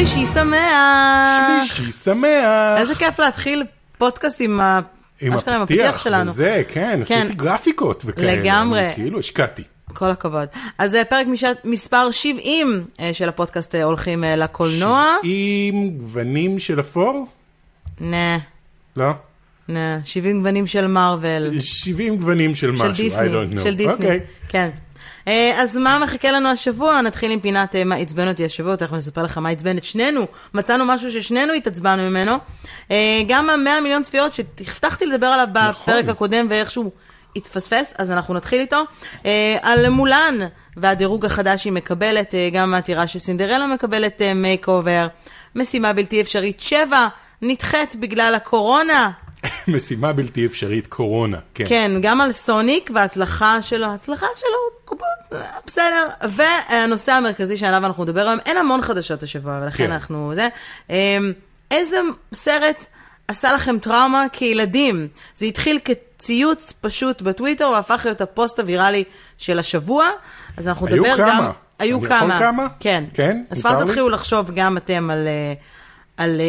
שלישי שמח. שלישי שמח. איזה כיף להתחיל פודקאסט עם הפתיח שלנו. וזה, כן, עשיתי גרפיקות וכאלה. לגמרי. כאילו, השקעתי. כל הכבוד. אז זה פרק מספר 70 של הפודקאסט הולכים לקולנוע. 70 גוונים של אפור? לא? 70 גוונים של מרוול. 70 גוונים של משהו, דיסני, I don't know. של דיסני, אוקיי. כן. אז מה מחכה לנו השבוע? נתחיל עם פינת מה עצבן אותי השבוע, תכף נספר לך מה עצבן את שנינו. מצאנו משהו ששנינו התעצבנו ממנו. גם 100 מיליון צפיות שהבטחתי לדבר עליו בפרק הקודם ואיכשהו התפספס, אז אנחנו נתחיל איתו. על מולן והדירוג החדש היא מקבלת, גם העתירה שסינדרלה מקבלת מייק אובר. משימה בלתי אפשרית 7 נדחית בגלל הקורונה. משימה בלתי אפשרית קורונה, כן. כן, גם על סוניק וההצלחה שלו, בסדר. והנושא המרכזי שעליו אנחנו נדבר היום, אין המון חדשות השבוע, ולכן כן. אנחנו, איזה סרט עשה לכם טראומה כילדים? זה התחיל כציוץ פשוט בטוויטר, והפך להיות הפוסט הוויראלי של השבוע, אז אנחנו נדבר גם... היו כמה. אני יכול כמה? כן. כן? אז כבר תתחילו לחשוב גם אתם על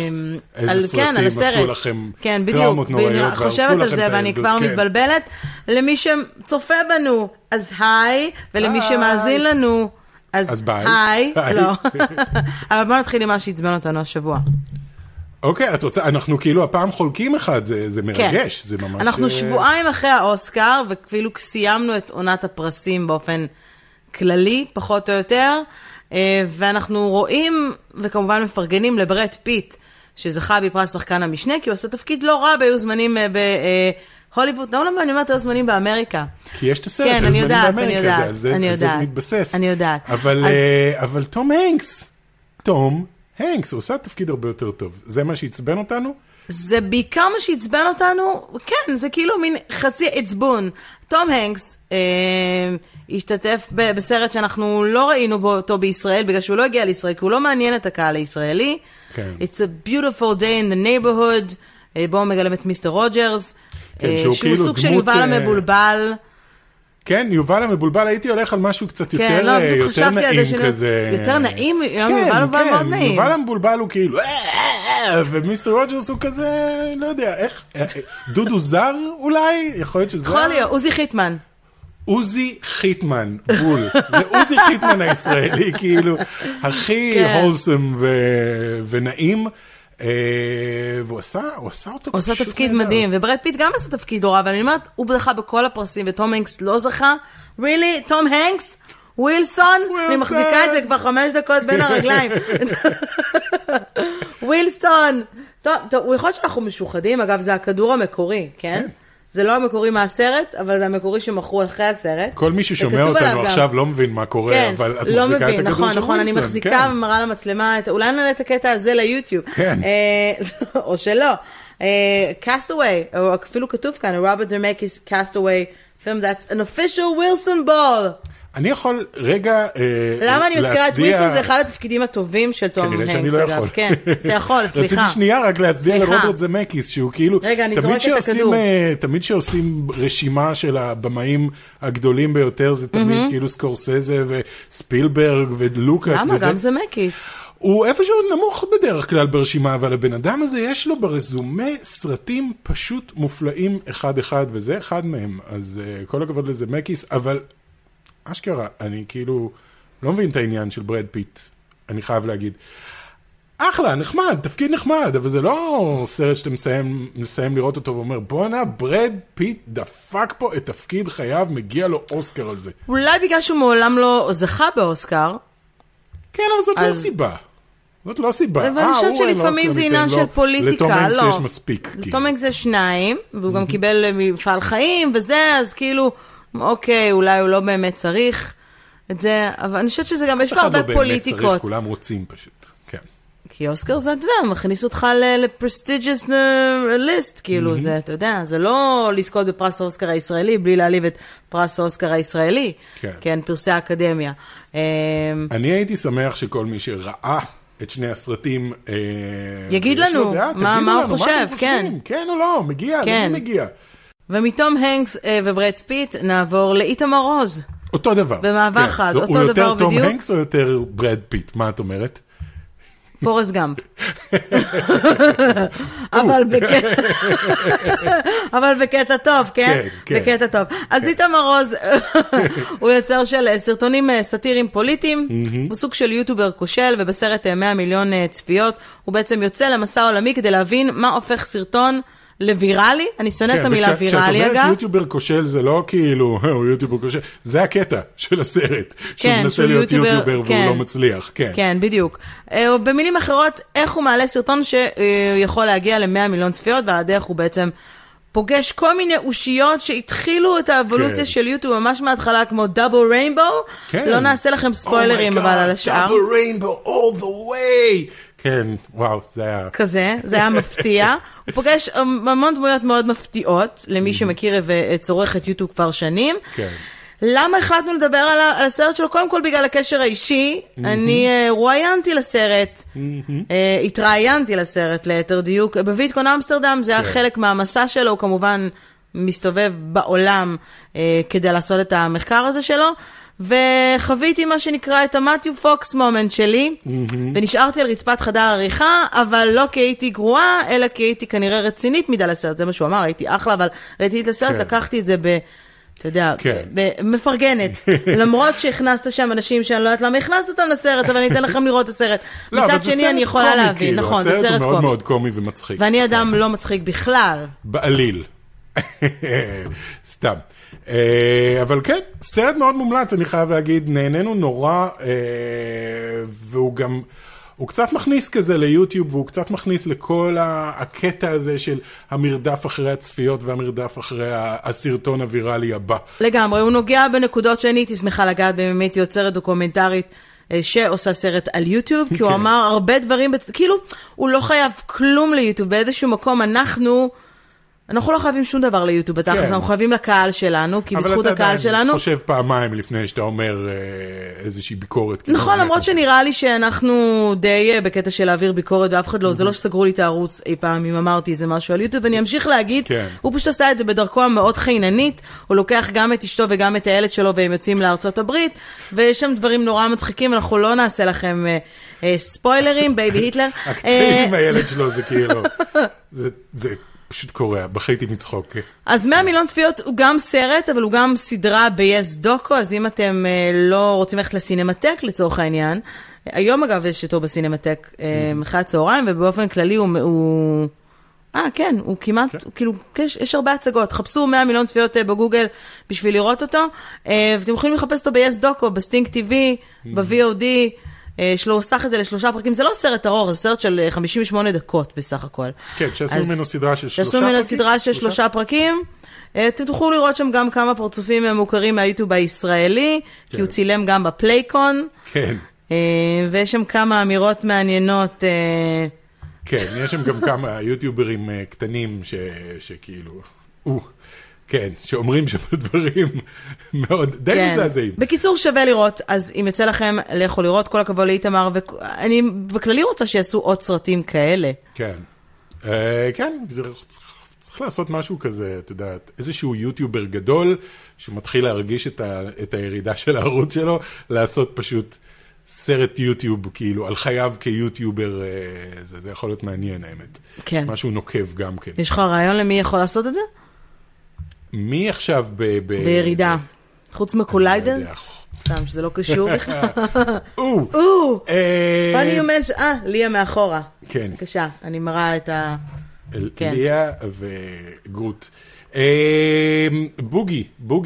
הסרט. כן, בדיוק. אני חושבת על זה ואני כבר מתבלבלת. למי שצופה בנו, אז היי, ולמי שמאזין לנו, אז היי. לא. אבל בוא נתחיל עם מה שעצבן אותנו השבוע. אוקיי, את רוצה, אנחנו כאילו הפעם חולקים אחד, זה מרגש, זה ממש... אנחנו שבועיים אחרי האוסקר, וכאילו סיימנו את עונת הפרסים באופן כללי, פחות או יותר, ואנחנו רואים, וכמובן מפרגנים לברד פיט, שזכה בפרס שחקן המשנה, כי הוא עושה תפקיד לא רע, היו זמנים בהוליווד, לא, אני אומרת, היו זמנים באמריקה. כי יש את הסרט, כן, היו זמנים באמריקה, על זה מתבסס. אני יודעת. אבל תום הנקס, הוא עושה תפקיד הרבה יותר טוב. זה מה שעצבן אותנו? זה בעיקר מה שעצבן אותנו, כן, זה כאילו מין חצי עצבון. תום הנקס השתתף בסרט שאנחנו לא ראינו אותו בישראל, בגלל שהוא לא הגיע לישראל, כי הוא לא מעניין את הקהל הישראלי. כן. It's a beautiful day in the neighborhood, בו הוא מגלם את מיסטר רוג'רס, שהוא כאילו סוג של יובל המבולבל. כן, יובל המבולבל, הייתי הולך על משהו קצת יותר נעים כזה. יותר נעים? יובל המבולבל מאוד נעים. יובל המבולבל הוא כאילו, ומיסטר רוג'רס הוא כזה, לא יודע, איך, דודו זר אולי? יכול להיות שזה... יכול להיות, עוזי חיטמן. עוזי חיטמן, בול. זה עוזי חיטמן הישראלי, כאילו, הכי הולסם ונעים. והוא עשה אותו. הוא עשה תפקיד מדהים, וברד פיט גם עשה תפקיד הורא, אבל אני אומרת, הוא זכה בכל הפרסים, וטום הנקס לא זכה. really? טום הנקס? ווילסון? אני מחזיקה את זה כבר 5 דקות בין הרגליים. ווילסון. טוב, הוא יכול להיות שאנחנו משוחדים, אגב, זה הכדור המקורי, כן? זה לא המקורי מהסרט, אבל זה המקורי שמכרו אחרי הסרט. כל מי ששומע אותנו עכשיו לא מבין מה קורה, אבל את מחזיקה את הכדור של ווילסון. נכון, אני מחזיקה ומראה למצלמה, אולי נעלה את הקטע הזה ליוטיוב. כן. או שלא. Castaway, או אפילו כתוב כאן, Robert Zemeckis Castaway film, that's an official Wilson ball. אני יכול רגע למה אני מזכירה את ווילסון? זה אחד התפקידים הטובים של תום הנקס, אגב. כן, אתה יכול, סליחה. רציתי שנייה רק להצדיע לרוברט זמקיס, שהוא כאילו... רגע, אני זורק את הכדור. תמיד שעושים רשימה של הבמאים הגדולים ביותר, זה תמיד כאילו סקורסזה וספילברג ולוקאס. למה? גם זמקיס. הוא איפשהו נמוך בדרך כלל ברשימה, אבל הבן אדם הזה יש לו ברזומה סרטים פשוט מופלאים אחד-אחד, וזה אחד מהם. אז כל הכבוד לזמקיס, אבל... אשכרה, אני כאילו לא מבין את העניין של ברד פיט, אני חייב להגיד. אחלה, נחמד, תפקיד נחמד, אבל זה לא סרט שאתה מסיים לראות אותו ואומר, בואנה, ברד פיט דפק פה את תפקיד חייו, מגיע לו אוסקר על זה. אולי בגלל שהוא מעולם לא זכה באוסקר. כן, אבל זאת לא סיבה. זאת לא סיבה. אבל אני חושבת שלפעמים זה עניין של פוליטיקה, לתום הנקס יש מספיק. לתום הנקס זה 2, והוא גם קיבל מפעל חיים וזה, אז כאילו... אוקיי, אולי הוא לא באמת צריך את זה, אבל אני חושבת שזה גם, יש בה הרבה פוליטיקות. לא באמת צריך, כולם רוצים פשוט, כן. כי אוסקר זה, אתה יודע, מכניס אותך לפרסטיג'ס ליסט, כאילו זה, אתה יודע, זה לא לזכות בפרס האוסקר הישראלי, בלי להעליב את פרס האוסקר הישראלי, כן, פרסי האקדמיה. אני הייתי שמח שכל מי שראה את שני הסרטים, יגיד לנו, מה הוא חושב, כן. כן או לא, מגיע, למי מגיע. ומתום הנקס וברד פיט נעבור לאיתמר רוז. אותו דבר. במעבר חד, אותו דבר בדיוק. הוא יותר תום הנקס או יותר ברד פיט? מה את אומרת? פורסט גאמפ. אבל בקטע טוב, כן? בקטע טוב. אז איתמר עוז, הוא יוצר של סרטונים סאטיריים פוליטיים, הוא סוג של יוטיובר כושל, ובסרט 100 מיליון צפיות, הוא בעצם יוצא למסע עולמי כדי להבין מה הופך סרטון לוויראלי. אני שונאת את המילה ויראלי, אגב. כשאת אומרת יוטיובר כושל, זה לא כאילו, הוא יוטיובר כושל, זה הקטע של הסרט, שהוא מנסה להיות יוטיובר והוא לא מצליח. כן, בדיוק. במילים אחרות, איך הוא מעלה סרטון שיכול להגיע ל100 מיליון צפיות, ועל הדרך הוא בעצם פוגש כל מיני אושיות שהתחילו את האבולוציה של יוטיוב ממש מההתחלה, כמו דאבל ריינבו. לא נעשה לכם ספוילרים, אבל על השאר. דאבל ריינבו, all the way. כן, וואו, זה היה... כזה, זה היה מפתיע. הוא פוגש המון דמויות מאוד מפתיעות, למי שמכיר וצורך את יוטיוב כבר שנים. כן. למה החלטנו לדבר על הסרט שלו? קודם כל בגלל הקשר האישי. אני רואיינתי לסרט, התראיינתי לסרט ליתר דיוק, בוויטקון אמסטרדם, זה היה חלק מהמסע שלו, הוא כמובן מסתובב בעולם כדי לעשות את המחקר הזה שלו, וחוויתי מה שנקרא את המתיו פוקס מומנט שלי, ונשארתי על רצפת חדר עריכה, אבל לא כי הייתי גרועה, אלא כי הייתי כנראה רצינית מדי לסרט, זה מה שהוא אמר, הייתי אחלה, אבל ראיתי את הסרט, לקחתי את זה אתה יודע, מפרגנת. למרות שהכנסת שם אנשים שאני לא יודעת למה הכנסת אותם לסרט, אבל אני אתן לכם לראות את הסרט. מצד שני אני יכולה להבין. נכון, זה סרט קומי. הסרט הוא מאוד מאוד קומי ומצחיק. ואני אדם לא מצחיק בכלל. בעליל. סתם. אבל כן, סרט מאוד מומלץ, אני חייב להגיד, נהנינו נורא, והוא גם... הוא קצת מכניס כזה ליוטיוב, והוא קצת מכניס לכל הקטע הזה של המרדף אחרי הצפיות והמרדף אחרי הסרטון הוויראלי הבא. לגמרי, הוא נוגע בנקודות שאני הייתי שמחה לגעת, באמת יוצרת דוקומנטרית שעושה סרט על יוטיוב, כי הוא אמר הרבה דברים, כאילו, הוא לא חייב כלום ליוטיוב, באיזשהו מקום אנחנו לא חייבים שום דבר ליוטיוב, אנחנו חייבים לקהל שלנו, כי בזכות הקהל שלנו... אבל אתה חושב פעמיים לפני שאתה אומר איזושהי ביקורת. נכון, למרות שנראה לי שאנחנו די בקטע של להעביר ביקורת, ואף אחד לא, זה לא שסגרו לי את הערוץ אי פעם, אם אמרתי איזה משהו על יוטיוב, ואני אמשיך להגיד, הוא פשוט עשה את זה בדרכו המאוד חייננית, הוא לוקח גם את אשתו וגם את הילד שלו, והם יוצאים לארצות הברית, ויש שם דברים נורא מצחיקים, אנחנו לא נעשה לכם ספוילרים, בייבי היטלר. הקטעים עם הילד שלו זה כאילו, זה פשוט קורא, בכיתי מצחוק. אז 100 מיליון צפיות הוא גם סרט, אבל הוא גם סדרה ב-yes דוקו, אז אם אתם לא רוצים ללכת לסינמטק לצורך העניין, היום אגב יש אותו בסינמטק אחרי הצהריים, ובאופן כללי הוא כן, הוא כמעט, כאילו, יש הרבה הצגות, חפשו 100 מיליון צפיות בגוגל בשביל לראות אותו, ואתם יכולים לחפש אותו ב-yes דוקו, בסטינק TV, ב-VOD, שלו סך את זה ל3 פרקים, זה לא סרט ארוך, זה סרט של 58 דקות בסך הכל. כן, שעשו ממנו סדרה של 3 פרקים. שעשו ממנו סדרה של 3 פרקים, אתם תוכלו לראות שם גם כמה פרצופים מוכרים מהיוטיוב הישראלי, כי הוא צילם גם בפלייקון. כן. ויש שם כמה אמירות מעניינות. כן, יש שם גם כמה יוטיוברים קטנים שכאילו, כן, שאומרים שם דברים מאוד, די מזעזעים. בקיצור שווה לראות, אז אם יוצא לכם לכו לראות, כל הכבוד לאיתמר, ואני בכללי רוצה שיעשו עוד סרטים כאלה. כן, כן, צריך לעשות משהו כזה, אתה יודע, איזשהו יוטיובר גדול, שמתחיל להרגיש את הירידה של הערוץ שלו, לעשות פשוט סרט יוטיוב, כאילו, על חייו כיוטיובר, זה יכול להיות מעניין, האמת. כן. משהו נוקב גם כן. יש לך רעיון למי יכול לעשות את זה? מי עכשיו בירידה? חוץ מקוליידר? סתם, שזה לא קשור בכלל. אני אומרת, ליה מאחורה. כן. בבקשה, אני מראה את ה... ליה וגרוט. בוגי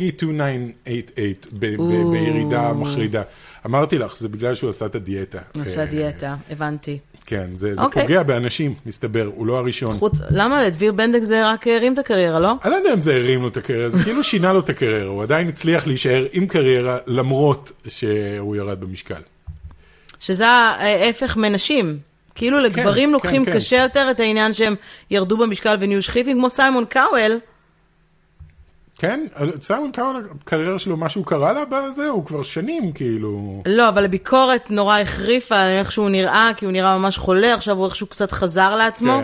2988, בירידה מחרידה. אמרתי לך, זה בגלל שהוא עשה את הדיאטה. הוא עשה דיאטה, הבנתי. כן, זה פוגע באנשים, מסתבר, הוא לא הראשון. למה? לדביר בנדק זה רק הרים את הקריירה, לא? אני לא יודע אם זה הרים לו את הקריירה, זה כאילו שינה לו את הקריירה, הוא עדיין הצליח להישאר עם קריירה, למרות שהוא ירד במשקל. שזה ההפך מנשים. כאילו לגברים לוקחים קשה יותר את העניין שהם ירדו במשקל ונהיו שכיפים, כמו סיימון קאוול. כן, סיימון קאוול, הקריירה שלו, משהו קרה לה בזה, הוא כבר שנים כאילו... לא, אבל הביקורת נורא החריפה על איך שהוא נראה, כי הוא נראה ממש חולה, עכשיו הוא איכשהו קצת חזר לעצמו.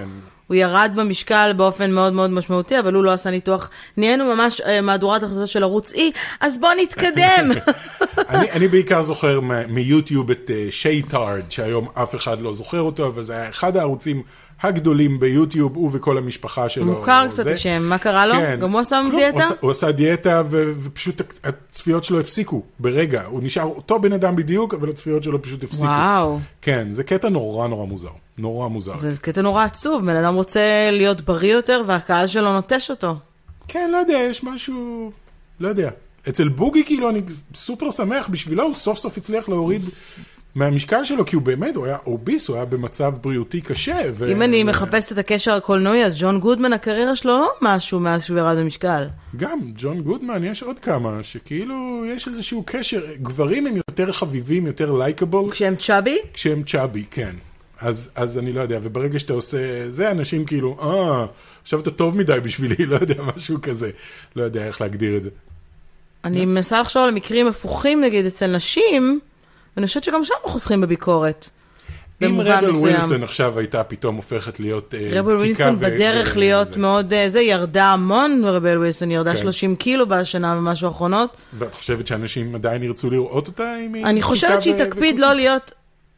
הוא ירד במשקל באופן מאוד מאוד משמעותי, אבל הוא לא עשה ניתוח. נהיינו ממש מהדורת החדשות של ערוץ E, אז בוא נתקדם. אני בעיקר זוכר מיוטיוב את שייטארד, שהיום אף אחד לא זוכר אותו, אבל זה היה אחד הערוצים הגדולים ביוטיוב, הוא וכל המשפחה שלו. מוכר קצת השם, מה קרה לו? כן. גם הוא עשה דיאטה? הוא עשה דיאטה, ופשוט הצפיות שלו הפסיקו ברגע. הוא נשאר אותו בן אדם בדיוק, אבל הצפיות שלו פשוט הפסיקו. וואו. כן, זה קטע נורא נורא מוזר. נורא מוזר. זה קטע נורא עצוב, בן אדם רוצה להיות בריא יותר, והקהל שלו נוטש אותו. כן, לא יודע, יש משהו, לא יודע. אצל בוגי כאילו אני סופר שמח בשבילו, הוא סוף סוף הצליח להוריד מהמשקל שלו, כי הוא באמת, הוא היה אוביס, הוא היה במצב בריאותי קשה. אם אני מחפשת את הקשר הקולנועי, אז ג'ון גודמן, הקריירה שלו לא משהו מאז שהוא ירד במשקל. גם, ג'ון גודמן, יש עוד כמה, שכאילו יש איזשהו קשר, גברים הם יותר חביבים, יותר לייקable. כשהם צ'אבי? כשהם צ'אבי, כן. אז אני לא יודע, וברגע שאתה עושה זה, אנשים כאילו, עכשיו אתה טוב מדי בשבילי, לא יודע, משהו כזה. לא יודע איך להגדיר את זה. אני מנסה לחשוב על מקרים הפוכים, נגיד, אצל נשים, ואני חושבת שגם שם חוסכים בביקורת. אם רבל ווילסון עכשיו הייתה פתאום הופכת להיות רבל ווילסון בדרך להיות מאוד, זה ירדה המון, רבל ווילסון ירדה 30 קילו בשנה ומשהו האחרונות. ואת חושבת שאנשים עדיין ירצו לראות אותה? אני חושבת שהיא תקפיד לא להיות...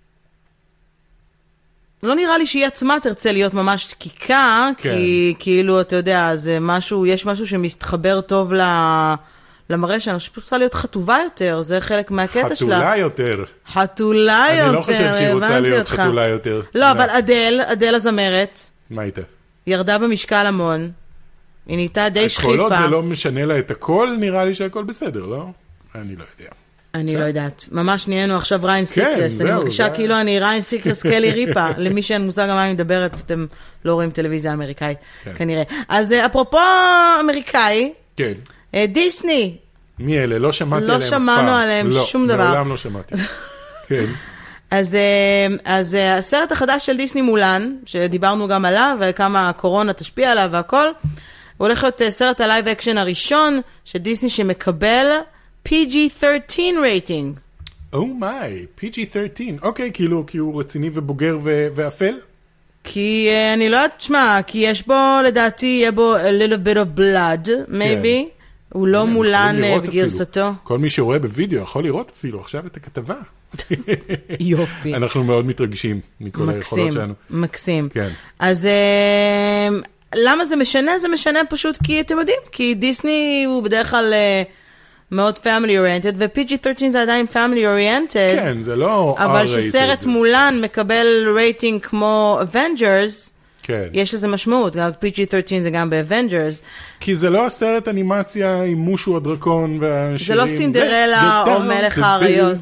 לא נראה לי שהיא עצמה תרצה להיות ממש דקיקה, כי כאילו, אתה יודע, זה משהו, יש משהו שמתחבר טוב למראה שאני פשוט רוצה להיות חטובה יותר, זה חלק מהקטע שלה. חתולה יותר. חתולה יותר, אני לא חושב שהיא רוצה להיות חתולה יותר. לא, אבל אדל הזמרת. מה הייתה? ירדה במשקל המון. היא נהייתה די שכיפה. הקולות זה לא משנה לה את הכל, נראה לי שהכל בסדר, לא? אני לא יודע. אני לא יודעת. ממש נהיינו עכשיו ריין סיקרס. אני מרגישה כאילו אני ריין סיקרס קלי ריפה. למי שאין מושג על מה אני מדברת, אתם לא רואים טלוויזיה אמריקאית, כנראה. אז אפרופו אמריקאי, דיסני. מי אלה? לא שמעתי עליהם אף פעם. לא שמענו עליהם שום דבר. מעולם לא שמעתי. כן. אז הסרט החדש של דיסני מולן, שדיברנו גם עליו, וכמה הקורונה תשפיע עליו והכל, הוא הולך להיות סרט הלייב אקשן הראשון של דיסני שמקבל PG-13 רייטינג. מיי, PG-13. אוקיי, כאילו, כי הוא רציני ובוגר ואפל? כי אני לא יודעת, שמה, כי יש בו, לדעתי, יהיה בו a little bit of blood, maybe. הוא לא מולן בגרסתו. כל מי שרואה בווידאו יכול לראות אפילו עכשיו את הכתבה. יופי. אנחנו מאוד מתרגשים מכל היכולות שלנו. מקסים. אז למה זה משנה? זה משנה פשוט כי אתם יודעים, כי דיסני הוא בדרך כלל מאוד family oriented, ו-PG-13 זה עדיין family oriented. כן, זה לא R-rated. אבל שסרט מולן מקבל רייטינג כמו Avengers, כן. יש לזה משמעות, גם PG-13 זה גם ב-Avengers. כי זה לא הסרט אנימציה עם מושו הדרקון והשירים. זה לא סינדרלה או מלך האריות.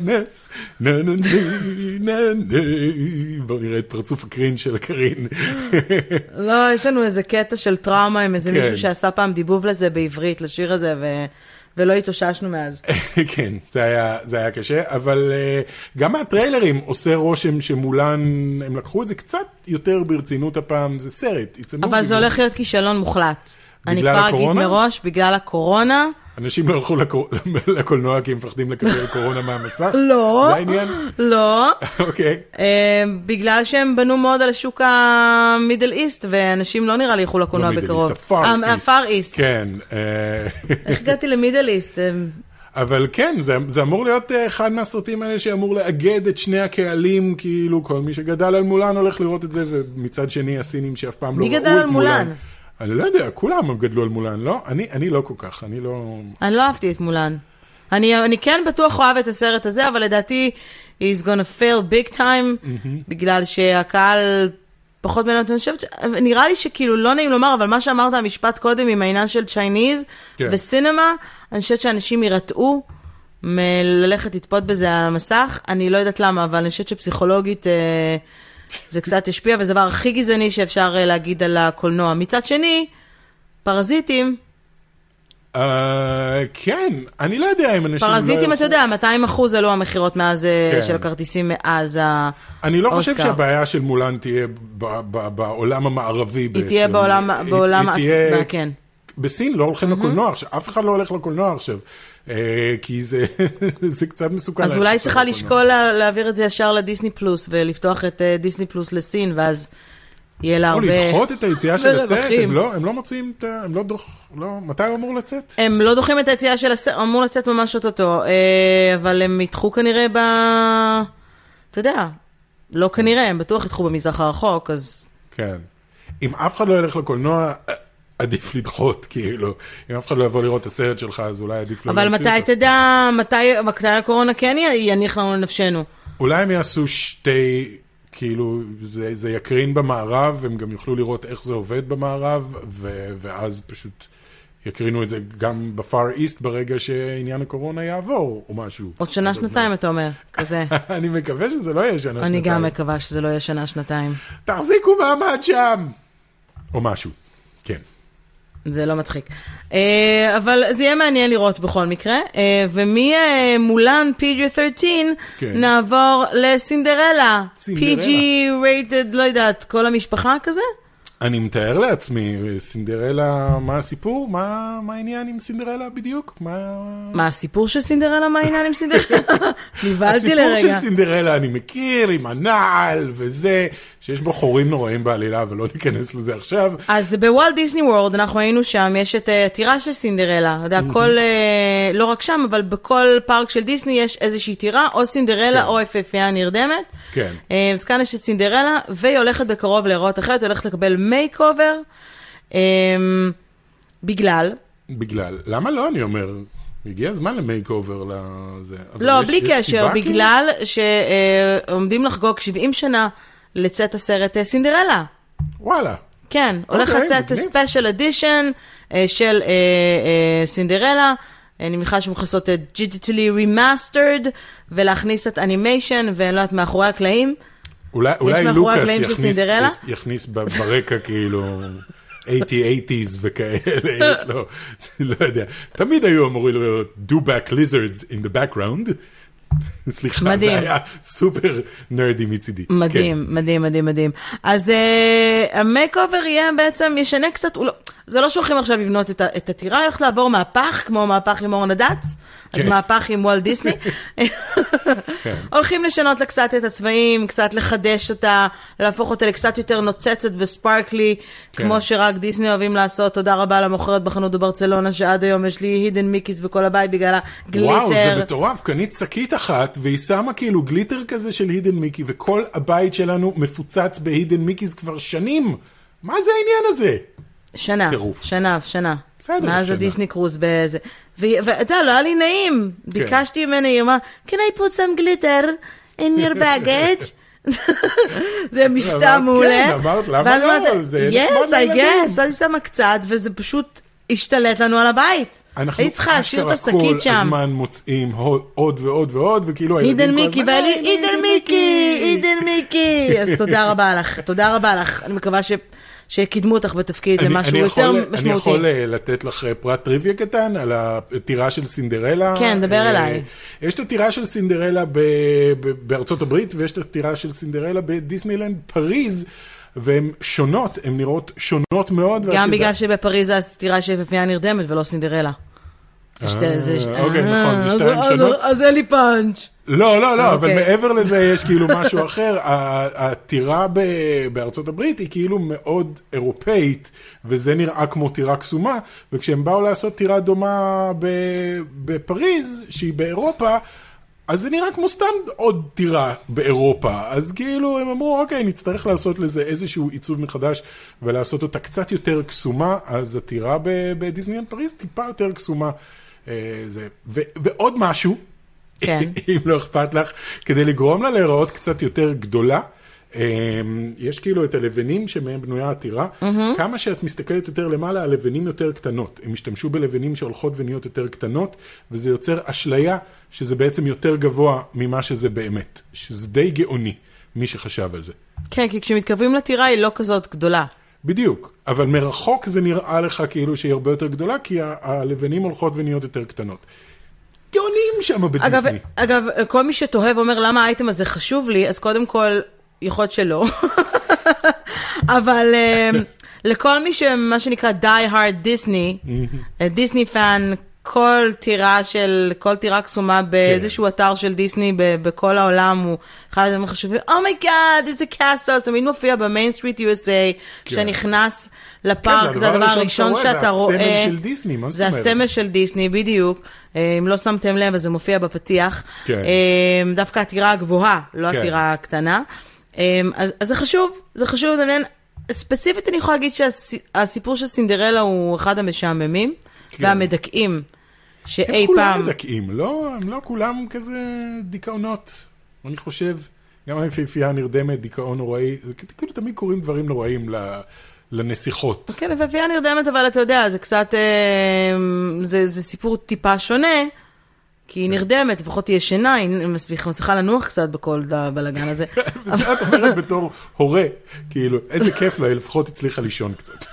בואו נראה את פרצוף הקרין של קרין. לא, יש לנו איזה קטע של טראומה עם איזה מישהו שעשה פעם דיבוב לזה בעברית, לשיר הזה, ולא התאוששנו מאז. כן, זה היה קשה, אבל גם מהטריילרים עושה רושם שמולן, הם לקחו את זה קצת יותר ברצינות הפעם, זה סרט. אבל זה הולך להיות כישלון מוחלט. אני כבר אגיד מראש, בגלל הקורונה. אנשים לא הלכו לקולנוע כי הם מפחדים לקבל קורונה מהמסך? לא. זה העניין? לא. אוקיי. בגלל שהם בנו מאוד על השוק המידל איסט, ואנשים לא נראה לי ילכו לקולנוע בקרוב. הפאר איסט. כן. איך הגעתי למידל איסט? אבל כן, זה אמור להיות אחד מהסרטים האלה שאמור לאגד את שני הקהלים, כאילו כל מי שגדל על מולן הולך לראות את זה, ומצד שני הסינים שאף פעם לא ראו את מולן. מי גדל על מולן? אני לא יודע, כולם גדלו על מולן, לא? אני לא כל כך, אני לא אהבתי את מולן. אני כן בטוח אוהב את הסרט הזה, אבל לדעתי he's gonna fail big time, בגלל שהקהל פחות בין אני חושבת, נראה לי שכאילו לא נעים לומר, אבל מה שאמרת המשפט קודם עם העניין של צ'ייניז וסינמה, אני חושבת שאנשים ירתעו מללכת לתפות בזה על המסך, אני לא יודעת למה, אבל אני חושבת שפסיכולוגית זה קצת השפיע, וזה דבר הכי גזעני שאפשר להגיד על הקולנוע. מצד שני, פרזיטים. כן, אני לא יודע אם אנשים... פרזיטים, אתה יודע, 200% עלו המחירות מאז של הכרטיסים מאז האוסקר. אני לא חושב שהבעיה של מולן תהיה בעולם המערבי בעצם. היא תהיה בעולם... כן. בסין לא הולכים לקולנוע עכשיו, אף אחד לא הולך לקולנוע עכשיו. כי זה קצת מסוכן. אז אולי צריכה לשקול להעביר את זה ישר לדיסני פלוס, ולפתוח את דיסני פלוס לסין, ואז יהיה לה הרבה... או לדחות את היציאה של הסרט, הם לא מוצאים, מתי הוא אמור לצאת? הם לא דוחים את היציאה של הסרט, הוא אמור לצאת ממש אותו, אבל הם יתחו כנראה אתה יודע, לא כנראה, הם בטוח יתחו במזרח הרחוק, אז... כן. אם אף אחד לא ילך לקולנוע, עדיף לדחות, כאילו. אם אף אחד לא יבוא לראות את הסרט שלך, אז אולי עדיף לא... אבל מתי תדע, מתי הקורונה כן יניח לנו לנפשנו? אולי הם יעשו שתי, כאילו, זה יקרין במערב, הם גם יוכלו לראות איך זה עובד במערב, ואז פשוט יקרינו את זה גם בפאר איסט ברגע שעניין הקורונה יעבור, או משהו. עוד שנה, שנתיים, אתה אומר, כזה. אני מקווה שזה לא יהיה שנה, שנתיים. אני גם מקווה שזה לא יהיה שנה, שנתיים. תחזיקו מעמד שם! או משהו, כן. זה לא מצחיק. אבל זה יהיה מעניין לראות בכל מקרה. וממולן PG-13 נעבור לסינדרלה. PG rated, לא יודעת, כל המשפחה כזה? אני מתאר לעצמי, סינדרלה, מה הסיפור? מה העניין עם סינדרלה בדיוק? מה הסיפור של סינדרלה? מה העניין עם סינדרלה? נבלתי לרגע. הסיפור של סינדרלה אני מכיר, עם הנעל וזה, שיש בו חורים נוראים בעלילה, ולא ניכנס לזה עכשיו. אז בוולט דיסני וורד, אנחנו היינו שם, יש את טירה של סינדרלה. אתה יודע, לא רק שם, אבל בכל פארק של דיסני יש איזושהי טירה, או סינדרלה או יפהפייה נרדמת. כן. אז כאן יש את סינדרלה, והיא הולכת בקרוב להיראות אחרת, הולכת לקבל מייק אובר, בגלל. למה לא, אני אומר? הגיע הזמן למייק אובר לזה. לא, בלי קשר, בגלל שעומדים לחגוג 70 שנה לצאת הסרט סינדרלה. וואלה. כן, הולך לצאת ספיישל אדישן של סינדרלה, אני מניחה שהם לעשות דיגיטלי רימאסטרד, ולהכניס את אנימיישן, ואני לא יודעת, מאחורי הקלעים. אולי לוקאס יכניס ברקע כאילו 80s וכאלה, יש לו, לא יודע. תמיד היו אמורים להיות do-back lizards in the background. סליחה, זה היה סופר נרדי מצידי. מדהים, מדהים, מדהים, מדהים. אז המייק אובר יהיה בעצם, ישנה קצת, זה לא שהולכים עכשיו לבנות את הטירה, הולכת לעבור מהפך, כמו מהפך עם אורנה דאץ, אז מהפך עם וולט דיסני. הולכים לשנות לה קצת את הצבעים, קצת לחדש אותה, להפוך אותה לקצת יותר נוצצת וספארקלי, כמו שרק דיסני אוהבים לעשות. תודה רבה למוכרת בחנות בברצלונה, שעד היום יש לי הידן מיקיס בכל הבית בגלל הגליטר. וואו, זה מטורף, קנית שקית אחת, והיא שמה כאילו גליטר כזה של הידן מיקי, וכל הבית שלנו מפוצץ בהידן מיקיס כבר שנים. מה זה העניין הזה? שנה. מאז הדיסני קרוז באיזה. ואתה, לא היה לי נעים. ביקשתי ממנה, היא אמרה, can I put some glitter in your baggage? זה מבטא מעולה. כן, אמרת, למה לא? Yes, I guess. אני שמה קצת, וזה פשוט השתלט לנו על הבית. אנחנו להשאיר את השקית שם. כל הזמן מוצאים עוד ועוד ועוד, וכאילו הידן מיקי, הידן מיקי. אז תודה רבה לך. אני מקווה שקידמו אותך בתפקיד למשהו יותר משמעותי. אני יכול לתת לך פרט טריוויה קטן על הטירה של סינדרלה. כן, דבר אליי. יש את הטירה של סינדרלה בארצות הברית, ויש את הטירה של סינדרלה בדיסנילנד פריז, והן שונות, הן נראות שונות מאוד. גם בגלל שבפריז הסטירה שיפהפייה נרדמת ולא סינדרלה. אוקיי, נכון, זה שתיים שונות. אז אין לי פאנץ'. לא, אבל מעבר לזה יש כאילו משהו אחר. הטירה בארצות הברית היא כאילו מאוד אירופאית, וזה נראה כמו טירה קסומה, וכשהם באו לעשות טירה דומה בפריז, שהיא באירופה, אז זה נראה כמו סתם עוד טירה באירופה. אז כאילו הם אמרו, אוקיי, נצטרך לעשות לזה איזשהו עיצוב מחדש, ולעשות אותה קצת יותר קסומה. אז הטירה בדיסנילנד פריז טיפה יותר קסומה. ועוד משהו, כן. אם לא אכפת לך, כדי לגרום לה להיראות קצת יותר גדולה, יש כאילו את הלבנים שמהם בנויה הטירה, כמה שאת מסתכלת יותר למעלה, הלבנים יותר קטנות. הם השתמשו בלבנים שהולכות ונהיות יותר קטנות, וזה יוצר אשליה שזה בעצם יותר גבוה ממה שזה באמת, שזה די גאוני, מי שחשב על זה. כן, כי כשמתקרבים לטירה היא לא כזאת גדולה. בדיוק, אבל מרחוק זה נראה לך כאילו שהיא הרבה יותר גדולה, כי הלבנים הולכות ונהיות יותר קטנות. גאונים שם בדיסני. אגב, כל מי שתוהב אומר למה האייטם הזה חשוב לי, אז קודם כל, יכול להיות שלא. אבל לכל מי שמה שנקרא die hard Disney, דיסני פן כל טירה קסומה באיזשהו אתר של דיסני בכל העולם, הוא אחד הדברים חשובים, אומייגאד, איזה קאסל, זה תמיד מופיע במיין סטריט USA, כשאתה נכנס לפארק, זה הדבר הראשון שאתה רואה, זה הסמל של דיסני, מה זאת זה אומרת? הסמל של דיסני, בדיוק, אם לא שמתם לב, אז זה מופיע בפתיח, דווקא הטירה הגבוהה, לא הטירה הקטנה, אז זה חשוב, ספציפית אני יכולה להגיד שהסיפור של סינדרלה הוא אחד המשעממים, והמדכאים, שאי פעם... הם כולם מדכאים, הם לא כולם כזה דיכאונות, אני חושב, גם היפהפייה הנרדמת, דיכאון נוראי, כאילו תמיד קוראים דברים נוראים לנסיכות. כן, היפהפייה נרדמת, אבל אתה יודע, זה קצת, זה סיפור טיפה שונה, כי היא נרדמת, לפחות היא ישנה, היא מצליחה לנוח קצת בכל הבלגן הזה. וזה את אומרת בתור הורה, כאילו, איזה כיף לה, היא לפחות הצליחה לישון קצת.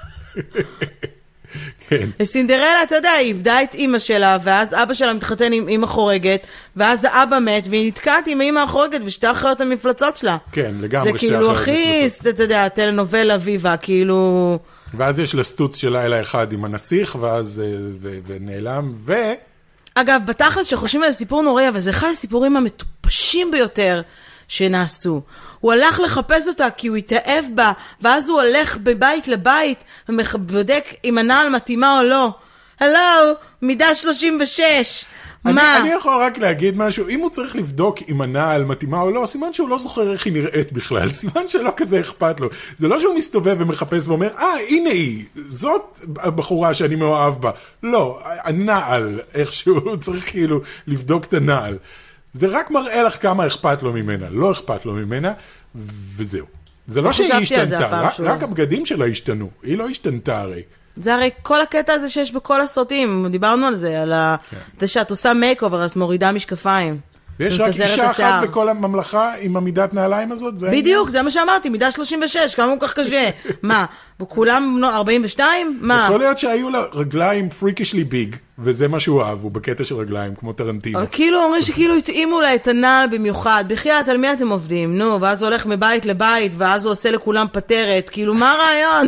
כן. סינדרלה, אתה יודע, היא איבדה את אמא שלה, ואז אבא שלה מתחתן עם אמא חורגת, ואז האבא מת, והיא נתקעת עם אמא החורגת, ושתי אחיות המפלצות שלה. כן, לגמרי זה כאילו הכי, אתה יודע, טלנובלה ויבה, כאילו... ואז יש לה סטוץ של לילה אחד עם הנסיך, ואז ונעלם, אגב, בתכלס שחושבים על סיפור נוראי, אבל זה אחד הסיפורים המטופשים ביותר שנעשו. הוא הלך לחפש אותה כי הוא התאהב בה, ואז הוא הולך בבית לבית, ובודק אם הנעל מתאימה או לא. הלו, מידה 36. מה? אני יכול רק להגיד משהו, אם הוא צריך לבדוק אם הנעל מתאימה או לא, סימן שהוא לא זוכר איך היא נראית בכלל, סימן שלא כזה אכפת לו. זה לא שהוא מסתובב ומחפש ואומר, הנה היא, זאת הבחורה שאני מאוהב בה. לא, הנעל, איכשהו צריך כאילו לבדוק את הנעל. זה רק מראה לך כמה אכפת לו ממנה, לא אכפת לו ממנה, וזהו. זה לא שהיא השתנתה, רק הבגדים שלה השתנו, היא לא השתנתה הרי. זה הרי כל הקטע הזה שיש בכל הסרטים, דיברנו על זה, על זה שאת עושה מייק-אובר, אז מורידה משקפיים. ויש רק אישה אחת בכל הממלכה עם המידת נעליים הזאת? בדיוק, זה מה שאמרתי, מידה 36, כמה הוא כך קשה. מה, וכולם 42? מה? יכול להיות שהיו לה רגליים פריקשלי ביג, וזה מה שהוא אהב, הוא בקטע של רגליים, כמו טרנטינו. כאילו אומרים שכאילו התאימו לה את הנעל במיוחד, בחייאת, על מי אתם עובדים? נו, ואז הוא הולך מבית לבית, ואז הוא עושה לכולם פטרת, כאילו מה הרעיון?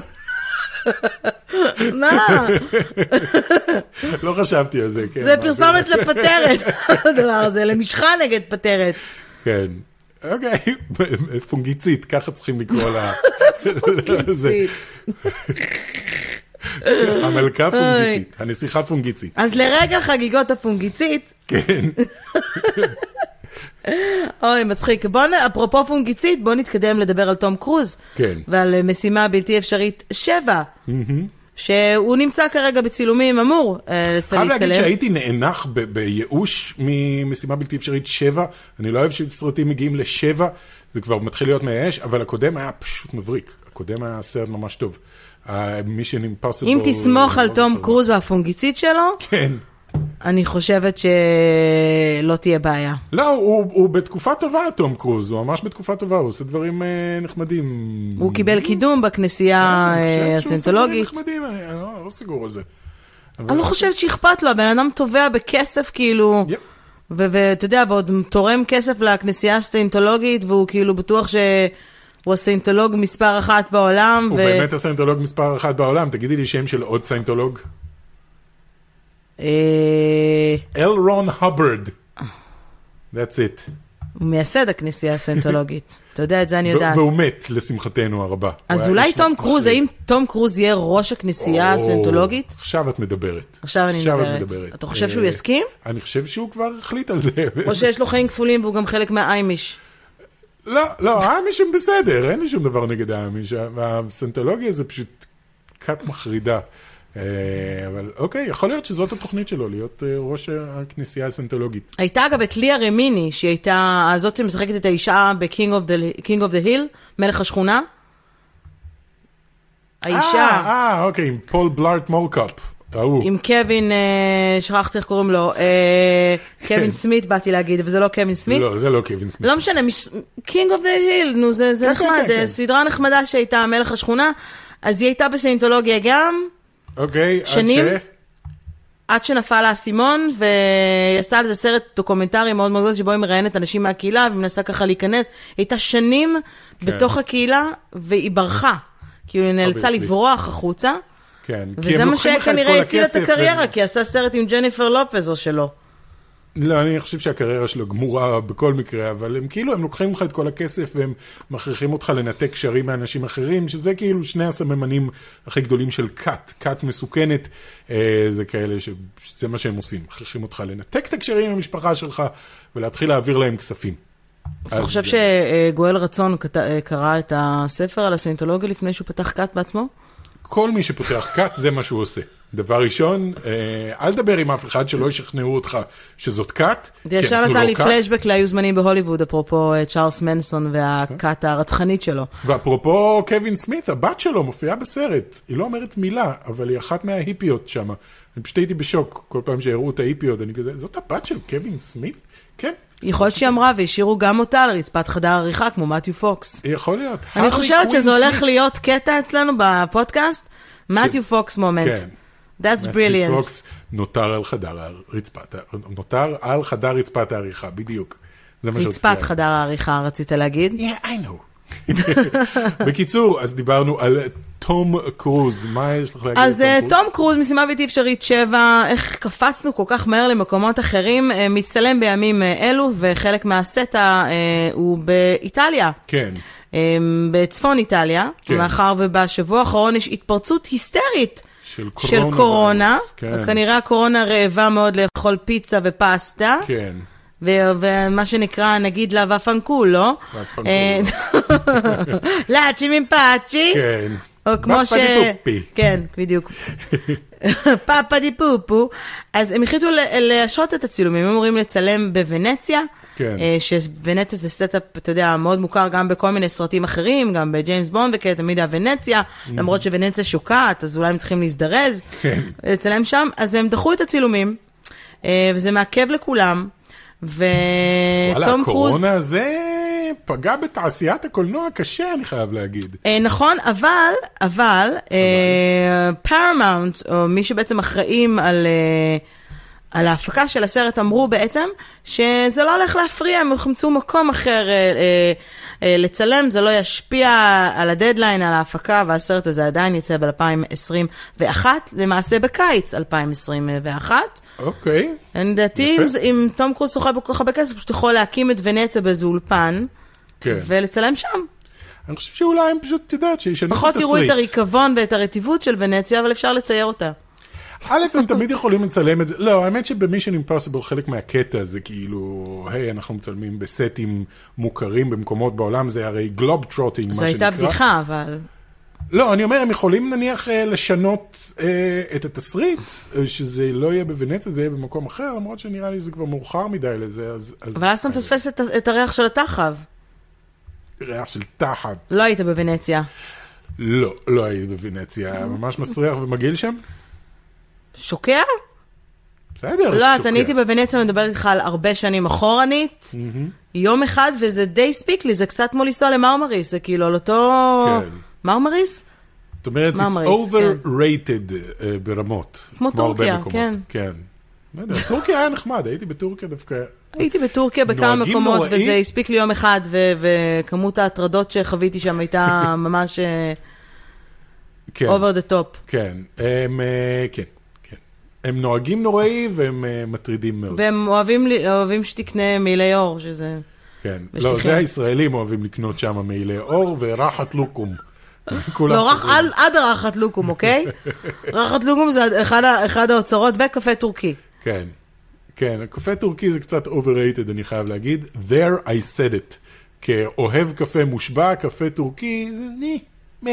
מה? לא חשבתי על זה, כן. זה פרסומת לפטרת, הדבר הזה, למשחה נגד פטרת. כן. אוקיי, פונגיצית, ככה צריכים לקרוא לה. פונגיצית. המלכה פונגיצית, הנסיכה פונגיצית. אז לרגע חגיגות הפונגיצית. כן. אוי, מצחיק. אפרופו פונגיצית, בוא נתקדם לדבר על תום קרוז. כן. ועל משימה בלתי אפשרית 7. שהוא נמצא כרגע בצילומים, אמור חייב להגיד שהייתי נאנח בייאוש ממשימה בלתי אפשרית 7. אני לא אוהב שסרטים מגיעים ל7, זה כבר מתחיל להיות מייאש, אבל הקודם היה פשוט מבריק. הקודם היה סרט ממש טוב. Mission Impossible. אם תסמוך על תום קרוז והפונגיצית שלו, כן. אני חושבת שלא תהיה בעיה. לא, הוא בתקופה טובה, תום קרוז, הוא ממש בתקופה טובה, הוא עושה דברים נחמדים. הוא קיבל קידום בכנסייה הסנטולוגית. נחמדים, אני לא סגור על זה. אני לא חושבת שאכפת לו, הבן אדם תובע בכסף כאילו, ואתה יודע, ועוד תורם כסף לכנסייה הסנטולוגית, והוא כאילו בטוח שהוא הסיינטולוג מספר 1 בעולם. הוא באמת הסיינטולוג מספר 1 בעולם, תגידי לי שם של עוד סיינטולוג. אל רון הברד. That's it. הוא מייסד הכנסייה הסנטולוגית. אתה יודע, את זה אני יודעת. והוא מת, לשמחתנו הרבה. אז אולי תום קרוז, האם תום קרוז יהיה ראש הכנסייה הסנטולוגית? עכשיו את מדברת. עכשיו אני מדברת. אתה חושב שהוא יסכים? אני חושב שהוא כבר החליט על זה. או שיש לו חיים כפולים והוא גם חלק מהאיימיש. לא, האיימיש הם בסדר, אין לי שום דבר נגד האיימיש. הסנטולוגיה זה פשוט קט מחרידה. אבל אוקיי, יכול להיות שזאת התוכנית שלו, להיות ראש הכנסייה הסנטולוגית. הייתה אגב את ליה רמיני, שהיא הייתה, זאת שמשחקת את האישה ב-King of the Hill, מלך השכונה. האישה. אוקיי, עם פול בלארט מולקאפ. עם קווין, שכחתי איך קוראים לו, קווין סמית באתי להגיד, אבל זה לא קווין סמית. לא, זה לא קווין סמית. לא משנה, King of the Hill, נו, זה נחמד, סדרה נחמדה שהייתה מלך השכונה, אז היא הייתה בסנטולוגיה גם. אוקיי, שנים, עד שנפל האסימון, והיא עשתה על זה סרט דוקומנטרי מאוד מאוד גדול, שבו היא מראיינת אנשים מהקהילה, והיא מנסה ככה להיכנס. היא הייתה שנים בתוך הקהילה, והיא ברחה. כאילו היא נאלצה לברוח החוצה. כן. וזה מה שכנראה הציל את הקריירה, כי עשה סרט עם ג'ניפר לופז או שלא. לא, אני חושב שהקריירה שלו גמורה בכל מקרה, אבל הם כאילו, הם לוקחים לך את כל הכסף, והם מכריחים אותך לנתק קשרים מאנשים אחרים, שזה כאילו שני הסממנים הכי גדולים של קאט מסוכנת, זה כאלה שזה מה שהם עושים, מכריחים אותך לנתק את הקשרים עם המשפחה שלך, ולהתחיל להעביר להם כספים. אז אתה חושב שגואל רצון קרא את הספר על הסיינטולוגיה לפני שהוא פתח קאט בעצמו? כל מי שפותח קאט זה מה שהוא עושה. דבר ראשון, אל דבר עם אף אחד שלא ישכנעו אותך שזאת קאט. זה ישר נתן לי פלשבק להיו זמנים בהוליווד, אפרופו צ'ארלס מנסון והקאט הרצחנית שלו. ואפרופו קווין סמית, הבת שלו מופיעה בסרט. היא לא אומרת מילה, אבל היא אחת מההיפיות שם. אני פשוט הייתי בשוק כל פעם שהראו את ההיפיות. אני כזה, זאת הבת של קווין סמית? כן. יכול להיות שהיא אמרה, והשאירו גם אותה על רצפת חדר עריכה, כמו מתיו פוקס. יכול להיות. אני חושבת שזה הולך להיות קטע אצלנו בפודקאסט, מתיו פוקס מומנט. That's brilliant. מתיו פוקס נותר על חדר רצפת העריכה, בדיוק. רצפת חדר העריכה, רצית להגיד? Yeah, I know. בקיצור, אז דיברנו על תום קרוז. מה יש לך להגיד על אז תום קרוז, משימה בלתי אפשרית 7, איך קפצנו כל כך מהר למקומות אחרים, מצטלם בימים אלו, וחלק מהסטה הוא באיטליה. כן. בצפון איטליה, מאחר ובשבוע האחרון יש התפרצות היסטרית של קורונה. כנראה הקורונה רעבה מאוד לאכול פיצה ופסטה. כן. ומה שנקרא, נגיד לה ופנקולו. לאצ'י ממפאצ'י. כן. או כמו ש... פפדי כן, בדיוק. פפדי פופו. אז הם החליטו להשרות את הצילומים. הם אמורים לצלם בוונציה. כן. שוונציה זה סטאפ, אתה יודע, מאוד מוכר גם בכל מיני סרטים אחרים, גם בג'יימס בונד וכאלה, תמיד הוונציה, למרות שוונציה שוקעת, אז אולי הם צריכים להזדרז, לצלם שם. אז הם דחו את הצילומים, וזה מעכב לכולם. וואלה, הקורונה הזה פגע בתעשיית הקולנוע קשה, אני חייב להגיד. נכון, אבל פרמאונט, או מי שבעצם אחראים על ההפקה של הסרט, אמרו בעצם שזה לא הולך להפריע, הם יחמצו מקום אחר לצלם, זה לא ישפיע על הדדליין, על ההפקה, והסרט הזה עדיין יצא ב-2021, למעשה בקיץ 2021. אוקיי. אני דעתי, אם תום קרוז שוחה בכל כך הרבה כסף, פשוט יכול להקים את ונציה באיזה אולפן, ולצלם שם. אני חושב שאולי הם פשוט יודעת שישנו את פחות תראו את הריקבון ואת הרטיבות של ונציה, אבל אפשר לצייר אותה. א', הם תמיד יכולים לצלם את זה. לא, האמת שבמישן אימפוסיבל חלק מהקטע זה כאילו, היי, אנחנו מצלמים בסטים מוכרים במקומות בעולם, זה הרי גלוב טרוטינג, מה שנקרא. זו הייתה בדיחה, אבל... לא, אני אומר, הם יכולים נניח לשנות את התסריט, שזה לא יהיה בוונציה, זה יהיה במקום אחר, למרות שנראה לי שזה כבר מאוחר מדי לזה, אז... אבל אז אתה מפספס את הריח של התחב. ריח של תחב. לא היית בוונציה. לא, לא היית בוונציה. ממש מסריח ומגעיל שם? שוקע? בסדר, שוקע. לא, אתה הייתי בוונציה, מדבר איתך על הרבה שנים אחורנית, יום אחד, וזה די ספיק לי, זה קצת כמו לנסוע למרמריס, זה כאילו על אותו... מרמריס? זאת אומרת, it's overrated ברמות. כמו טורקיה, כן. כן. לא יודע, טורקיה היה נחמד, הייתי בטורקיה דווקא... הייתי בטורקיה בכמה מקומות, וזה הספיק לי יום אחד, וכמות ההטרדות שחוויתי שם הייתה ממש over the top. כן, כן. הם נוהגים נוראי, והם מטרידים מאוד. והם אוהבים שתקנה מעילי אור, שזה... כן, לא, זה הישראלים אוהבים לקנות שם מעילי אור, ורחת לוקום. לא, עד הרחת לוקום, אוקיי? רחת לוקום זה אחד האוצרות, וקפה טורקי. כן, כן, הקפה טורקי זה קצת overrated, אני חייב להגיד. There I said it. כאוהב קפה מושבע, קפה טורקי, זה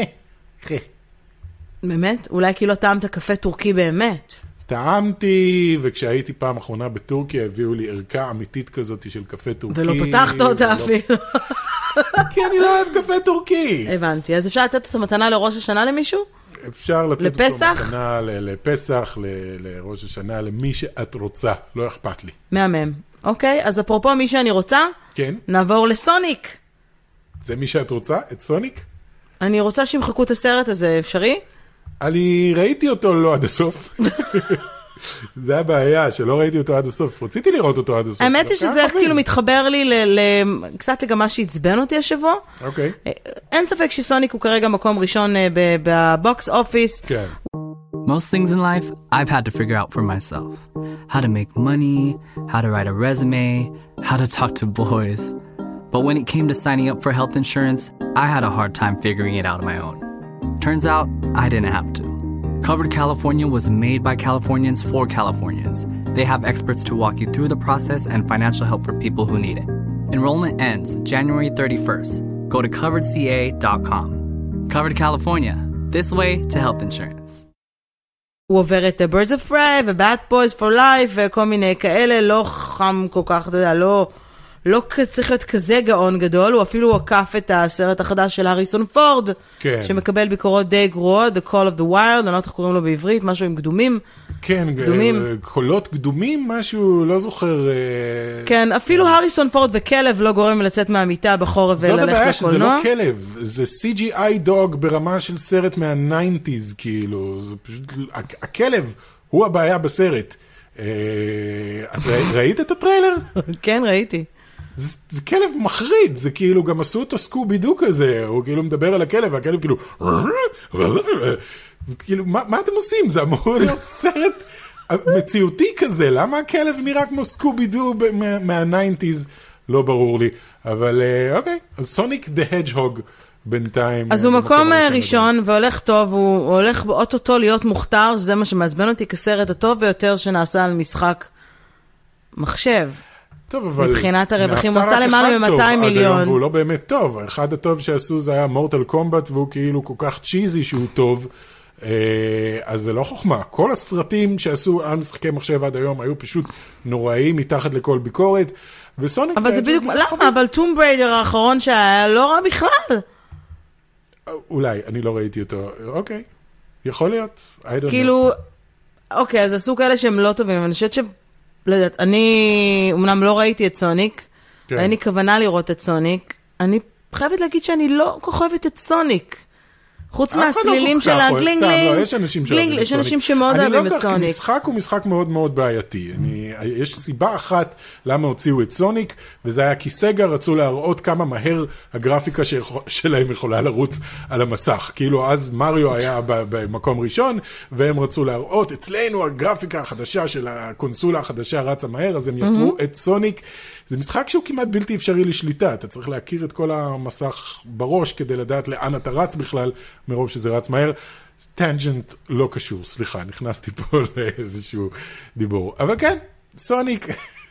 באמת? אולי כאילו טעמת קפה טורקי באמת. טעמתי, וכשהייתי פעם אחרונה בטורקיה, הביאו לי ערכה אמיתית כזאת של קפה טורקי. ולא פתחת אותה אפילו. כי אני לא אוהב קפה טורקי. הבנתי, אז אפשר לתת את המתנה לראש השנה למישהו? אפשר לתת לפסח? אותו מתנה לפסח, לראש השנה, למי שאת רוצה, לא אכפת לי. מהמם. אוקיי, אז אפרופו מי שאני רוצה, כן. נעבור לסוניק. זה מי שאת רוצה? את סוניק? אני רוצה שימחקו את הסרט הזה, אפשרי? אני ראיתי אותו לא עד הסוף. זה הבעיה, שלא ראיתי אותו עד הסוף. רציתי לראות אותו עד הסוף. האמת היא שזה כאילו מתחבר לי קצת לגבי מה שהצבן אותי השבוע. אוקיי. אין ספק שסוניק הוא כרגע מקום ראשון בבוקס אופיס. כן. Most things in life, I've had to figure out for myself. How to make money, how to write a resume, how to talk to boys. But when it came to signing up for health insurance, I had a hard time figuring it out on my own. Turns out, I didn't have to. Covered California was made by Californians for Californians. They have experts to walk you through the process and financial help for people who need it. Enrollment ends January 31st. Go to coveredca.com. Covered California. This way to health insurance. הוא עובר את Birds of Prey ו-Bad Boys for Life וכל מיני כאלה, לא חם כל כך, אתה יודע, לא צריך להיות כזה גאון גדול, הוא אפילו עקף את הסרט החדש של הריסון פורד, כן. שמקבל ביקורות די גרועות, The Call of the Wild, אני לא יודעת איך קוראים לו בעברית, משהו עם קדומים. כן, קולות קדומים, משהו, לא זוכר. כן, אפילו הריסון פורד וכלב לא גורם לצאת מהמיטה בחורף וללכת לקולנוע. זאת הבעיה שזה לא כלב, זה CGI דוג ברמה של סרט מה-90s, כאילו, זה פשוט, הכלב הוא הבעיה בסרט. ראית את הטריילר? כן, ראיתי. זה כלב מחריד, זה כאילו, גם עשו אותו סקובי דו כזה, הוא כאילו מדבר על הכלב, והכלב כאילו, כאילו, מה אתם עושים? זה אמור להיות סרט מציאותי כזה, למה הכלב נראה כמו סקובי דו מה-90s? לא ברור לי, אבל אוקיי, אז סוניק דה הדג'הוג בינתיים. אז הוא מקום ראשון והולך טוב, הוא הולך באוטוטו להיות מוכתר, שזה מה שמעצבן אותי כסרט הטוב ביותר שנעשה על משחק מחשב. טוב, אבל מבחינת הרווחים, הוא עשה למעלה מ-200 מיליון. והוא לא באמת טוב. אחד הטוב שעשו זה היה מורטל קומבט, והוא כאילו כל כך צ'יזי שהוא טוב. אז זה לא חוכמה. כל הסרטים שעשו על משחקי מחשב עד היום היו פשוט נוראיים מתחת לכל ביקורת. וסוניק... אבל זה בדיוק... למה? אבל טום בריידר האחרון שהיה לא רע בכלל. אולי, אני לא ראיתי אותו. אוקיי. יכול להיות. כאילו... אוקיי, אז עשו כאלה שהם לא טובים. אני חושבת ש... לא יודעת, אני אמנם לא ראיתי את סוניק, אין לי כוונה לראות את סוניק, אני חייבת להגיד שאני לא כוכבת את סוניק, חוץ מהצלילים של הגלינג גלינג, יש אנשים שמאוד אוהבים את סוניק. המשחק הוא משחק מאוד מאוד בעייתי, יש סיבה אחת למה הוציאו את סוניק, וזה היה כי סגה רצו להראות כמה מהר הגרפיקה שלהם יכולה לרוץ על המסך, כאילו אז מריו היה במקום ראשון, והם רצו להראות, אצלנו הגרפיקה החדשה של הקונסולה החדשה רצה מהר, אז הם יצרו את סוניק, זה משחק שהוא כמעט בלתי אפשרי לשליטה, אתה צריך להכיר את כל המסך בראש כדי לדעת לאן אתה רץ בכלל, מרוב שזה רץ מהר. טנג'נט לא קשור, סליחה, נכנסתי פה לאיזשהו דיבור. אבל כן, סוניק.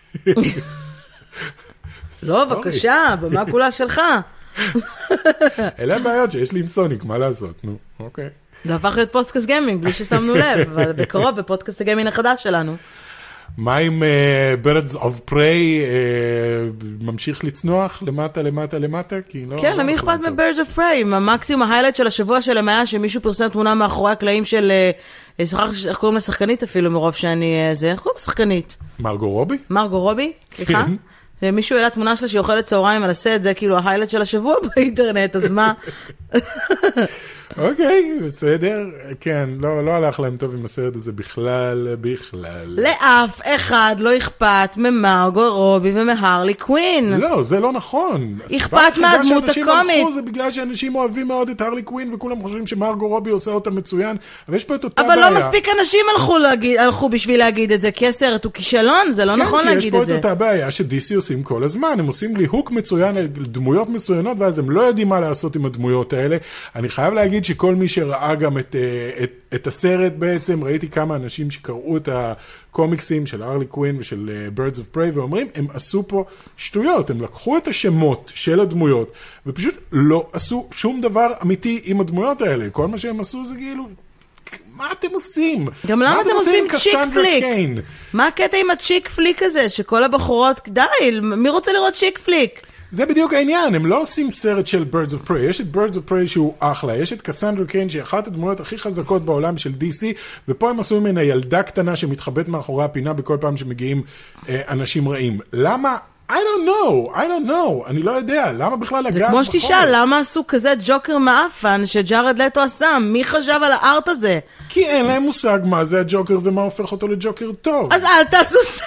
לא, בבקשה, במה כולה שלך? אלה בעיות שיש לי עם סוניק, מה לעשות? נו, אוקיי. זה הפך להיות פודקאסט גיימינג, בלי ששמנו לב, אבל בקרוב בפודקאסט הגיימינג החדש שלנו. מה עם Birds of Prey ממשיך לצנוח למטה? כן, למי אכפת מ-Birds of Prey? המקסימום ההיילייט של השבוע שלהם היה שמישהו פרסם תמונה מאחורי הקלעים של, איך קוראים לשחקנית אפילו מרוב שאני, איך קוראים לשחקנית? מרגו רובי? מרגו רובי, סליחה. מישהו העלה תמונה שלה שהיא אוכלת צהריים על הסט, זה כאילו ההיילייט של השבוע באינטרנט, אז מה? אוקיי, בסדר. כן, לא הלך להם טוב עם הסרט הזה בכלל. לאף אחד לא אכפת ממרגו רובי ומהרלי קווין. לא, זה לא נכון. אכפת מהדמות הקומית. זה בגלל שאנשים אוהבים מאוד את הרלי קווין, וכולם חושבים שמרגו רובי עושה אותה מצוין, אבל יש פה את אותה בעיה. אבל לא מספיק אנשים הלכו בשביל להגיד את זה, כי הסרט הוא כישלון, זה לא נכון להגיד את זה. כן, כי יש פה את אותה בעיה שדיסי עושים כל הזמן, הם עושים ליהוק מצוין, דמויות מצוינות, ואז הם לא יודעים מה לעשות עם הדמויות האלה. אני חייב להגיד שכל מי שראה גם את הסרט בעצם, ראיתי כמה אנשים שקראו את הקומיקסים של הרלי קווין ושל Birds of Prey, ואומרים, הם עשו פה שטויות, הם לקחו את השמות של הדמויות, ופשוט לא עשו שום דבר אמיתי עם הדמויות האלה. כל מה שהם עשו זה כאילו, מה אתם עושים? גם למה אתם עושים צ'יק פליק? מה הקטע עם הצ'יק פליק הזה, שכל הבחורות, די, מי רוצה לראות צ'יק פליק? זה בדיוק העניין, הם לא עושים סרט של Birds of Prey, יש את Birds of Prey שהוא אחלה, יש את קסנדרה קיין שהיא אחת הדמויות הכי חזקות בעולם של DC, ופה הם עשו ממנה ילדה קטנה שמתחבאת מאחורי הפינה בכל פעם שמגיעים אנשים רעים. למה? I don't know, אני לא יודע, למה בכלל לגעת בחור? זה כמו שתשאל, למה עשו כזה ג'וקר מאפן שג'ארד לטו עשה? מי חשב על הארט הזה? כי אין להם מושג מה זה הג'וקר ומה הופך אותו לג'וקר טוב. אז אל תעשו סרט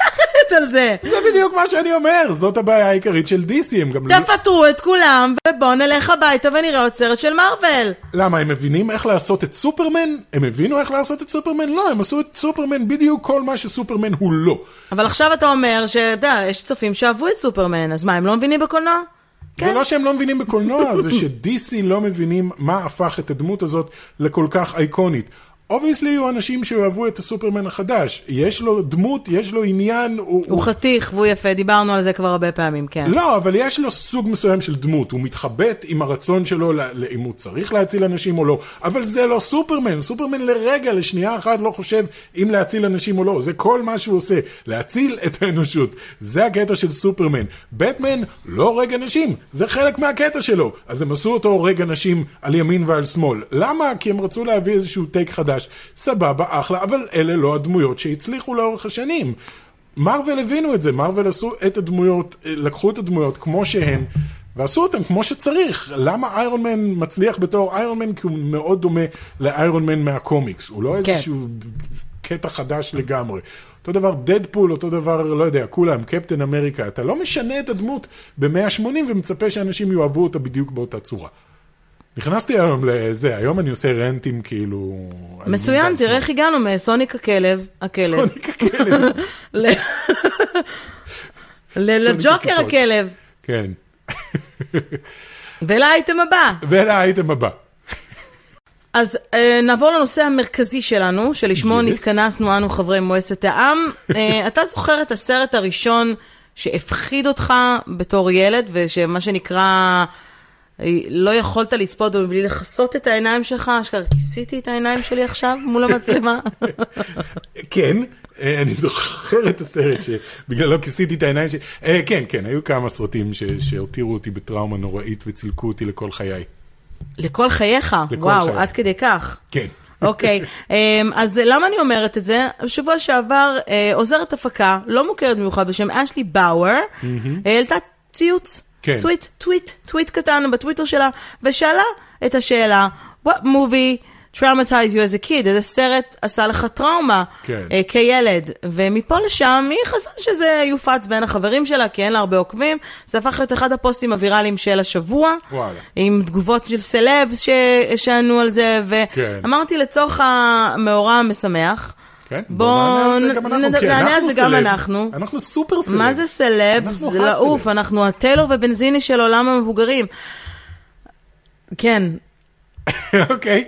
מתלוננת על זה. זה בדיוק מה שאני אומר, זאת הבעיה העיקרית של DC, הם גם... תפטרו את כולם, ובואו נלך הביתה ונראה עוד סרט של מארוול. למה, הם מבינים איך לעשות את סופרמן? הם הבינו איך לעשות את סופרמן? לא, הם עשו את סופרמן בדיוק כל מה שסופרמן הוא לא. אבל עכשיו אתה אומר יש צופים שאהבו את סופרמן, אז מה, הם לא מבינים בקולנוע? זה לא שהם לא מבינים בקולנוע, זה ש-DC לא מבינים מה הפך את הדמות הזאת לכל כך אייקונית. obviously יהיו אנשים שאוהבו את הסופרמן החדש. יש לו דמות, יש לו עניין. הוא חתיך והוא יפה, דיברנו על זה כבר הרבה פעמים, כן. לא, אבל יש לו סוג מסוים של דמות. הוא מתחבט עם הרצון שלו, אם הוא צריך להציל אנשים או לא. אבל זה לא סופרמן. סופרמן לרגע, לשנייה אחת לא חושב אם להציל אנשים או לא. זה כל מה שהוא עושה. להציל את האנושות. זה הקטע של סופרמן. בטמן לא הורג אנשים. זה חלק מהקטע שלו. אז הם עשו אותו הורג אנשים על ימין ועל שמאל. למה? כי הם רצו להביא איזשהו טייק חדש. סבבה, אחלה, אבל אלה לא הדמויות שהצליחו לאורך השנים. מארוול הבינו את זה, מארוול עשו את הדמויות, לקחו את הדמויות כמו שהן, ועשו אותן כמו שצריך. למה איירון מן מצליח בתור איירון מן? כי הוא מאוד דומה לאיירון מן מהקומיקס. הוא לא איזשהו קטע חדש לגמרי. אותו דבר דדפול, אותו דבר, לא יודע, כולם, קפטן אמריקה. אתה לא משנה את הדמות ב-180 ומצפה שאנשים יאהבו אותה בדיוק באותה צורה. נכנסתי היום לזה, היום אני עושה רנטים כאילו... מצוין, תראה איך הגענו מסוניק הכלב. סוניק הכלב. לג'וקר הכלב. כן. ולאייטם הבא. אז נעבור לנושא המרכזי שלנו, שלשמו נתכנסנו אנו חברי מועצת העם. אתה זוכר את הסרט הראשון שהפחיד אותך בתור ילד, ושמה שנקרא... לא יכולת לצפות בו מבלי לחסות את העיניים שלך, אשכרה כיסיתי את העיניים שלי עכשיו מול המצלמה. כן, אני זוכר את הסרט שבגלל לא כיסיתי את העיניים שלי. כן, כן, היו כמה סרטים שהותירו אותי בטראומה נוראית וצילקו אותי לכל חיי. לכל חייך? וואו, עד כדי כך. כן. אוקיי, אז למה אני אומרת את זה? בשבוע שעבר עוזרת הפקה, לא מוכרת במיוחד בשם אשלי באואר, העלתה ציוץ. כן. טוויט קטן בטוויטר שלה, ושאלה את השאלה, what movie traumatized you as a kid? איזה סרט עשה לך טראומה כילד? ומפה לשם היא חשבה שזה יופץ בין החברים שלה, כי אין לה הרבה עוקבים. זה הפך להיות אחד הפוסטים הוויראליים של השבוע, עם תגובות של סלבס שענו על זה, ואמרתי לצורך המאורע המשמח, בואו נענה על זה גם אנחנו. אנחנו סופר סלבס. מה זה סלבס? זה לעוף, אנחנו הטיילור ובנזיני של עולם המבוגרים. כן. אוקיי.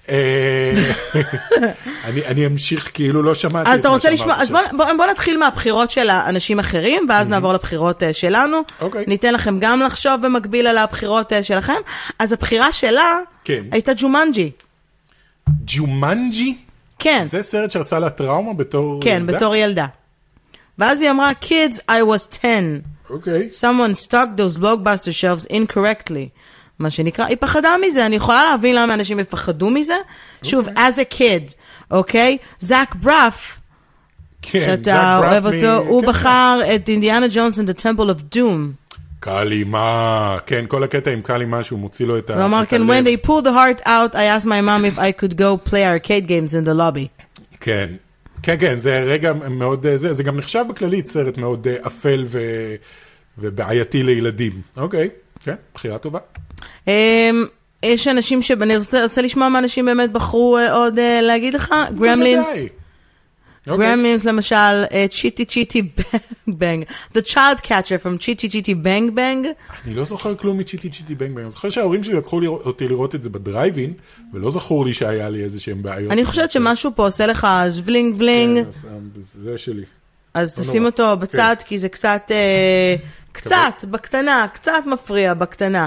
אני אמשיך כאילו לא שמעתי. אז אתה רוצה לשמוע, אז בוא נתחיל מהבחירות של האנשים אחרים, ואז נעבור לבחירות שלנו. ניתן לכם גם לחשוב במקביל על הבחירות שלכם. אז הבחירה שלה הייתה ג'ומנג'י. ג'ומנג'י? כן. זה סרט שעשה לה טראומה בתור כן, ילדה? בתור ילדה. ואז היא אמרה, kids, I was 10. אוקיי. Someone stocked those blockbuster shelves incorrectly. מה שנקרא, היא פחדה מזה. אני יכולה להבין למה אנשים יפחדו מזה. שוב, as a kid, אוקיי? זאק בראף, שאתה אוהב אותו, הוא בחר את אינדיאנה ג'ונס and the Temple of Doom. קלימה, כן, כל הקטע עם קלימה שהוא מוציא לו את ה... הוא אמר, כן, when they pulled the heart out, I asked my mom if I could go play arcade games in the lobby. כן, כן, כן, זה רגע מאוד, זה גם נחשב בכללית סרט מאוד אפל ובעייתי לילדים. אוקיי, כן, בחירה טובה. יש אנשים אני רוצה לשמוע מה אנשים באמת בחרו עוד להגיד לך, גרמלינס. גרמלינס למשל, צ'יטי צ'יטי בנג בנג, The Child Catcher from צ'יטי צ'יטי בנג בנג. אני לא זוכר כלום מצ'יטי צ'יטי בנג בנג, אני זוכר שההורים שלי לקחו אותי לראות את זה בדרייבין, ולא זכור לי שהיה לי איזה שהם בעיות. אני חושבת שמשהו פה עושה לך זבלינג בלינג. זה שלי. אז תשים אותו בצד, כי זה קצת, בקטנה, קצת מפריע בקטנה.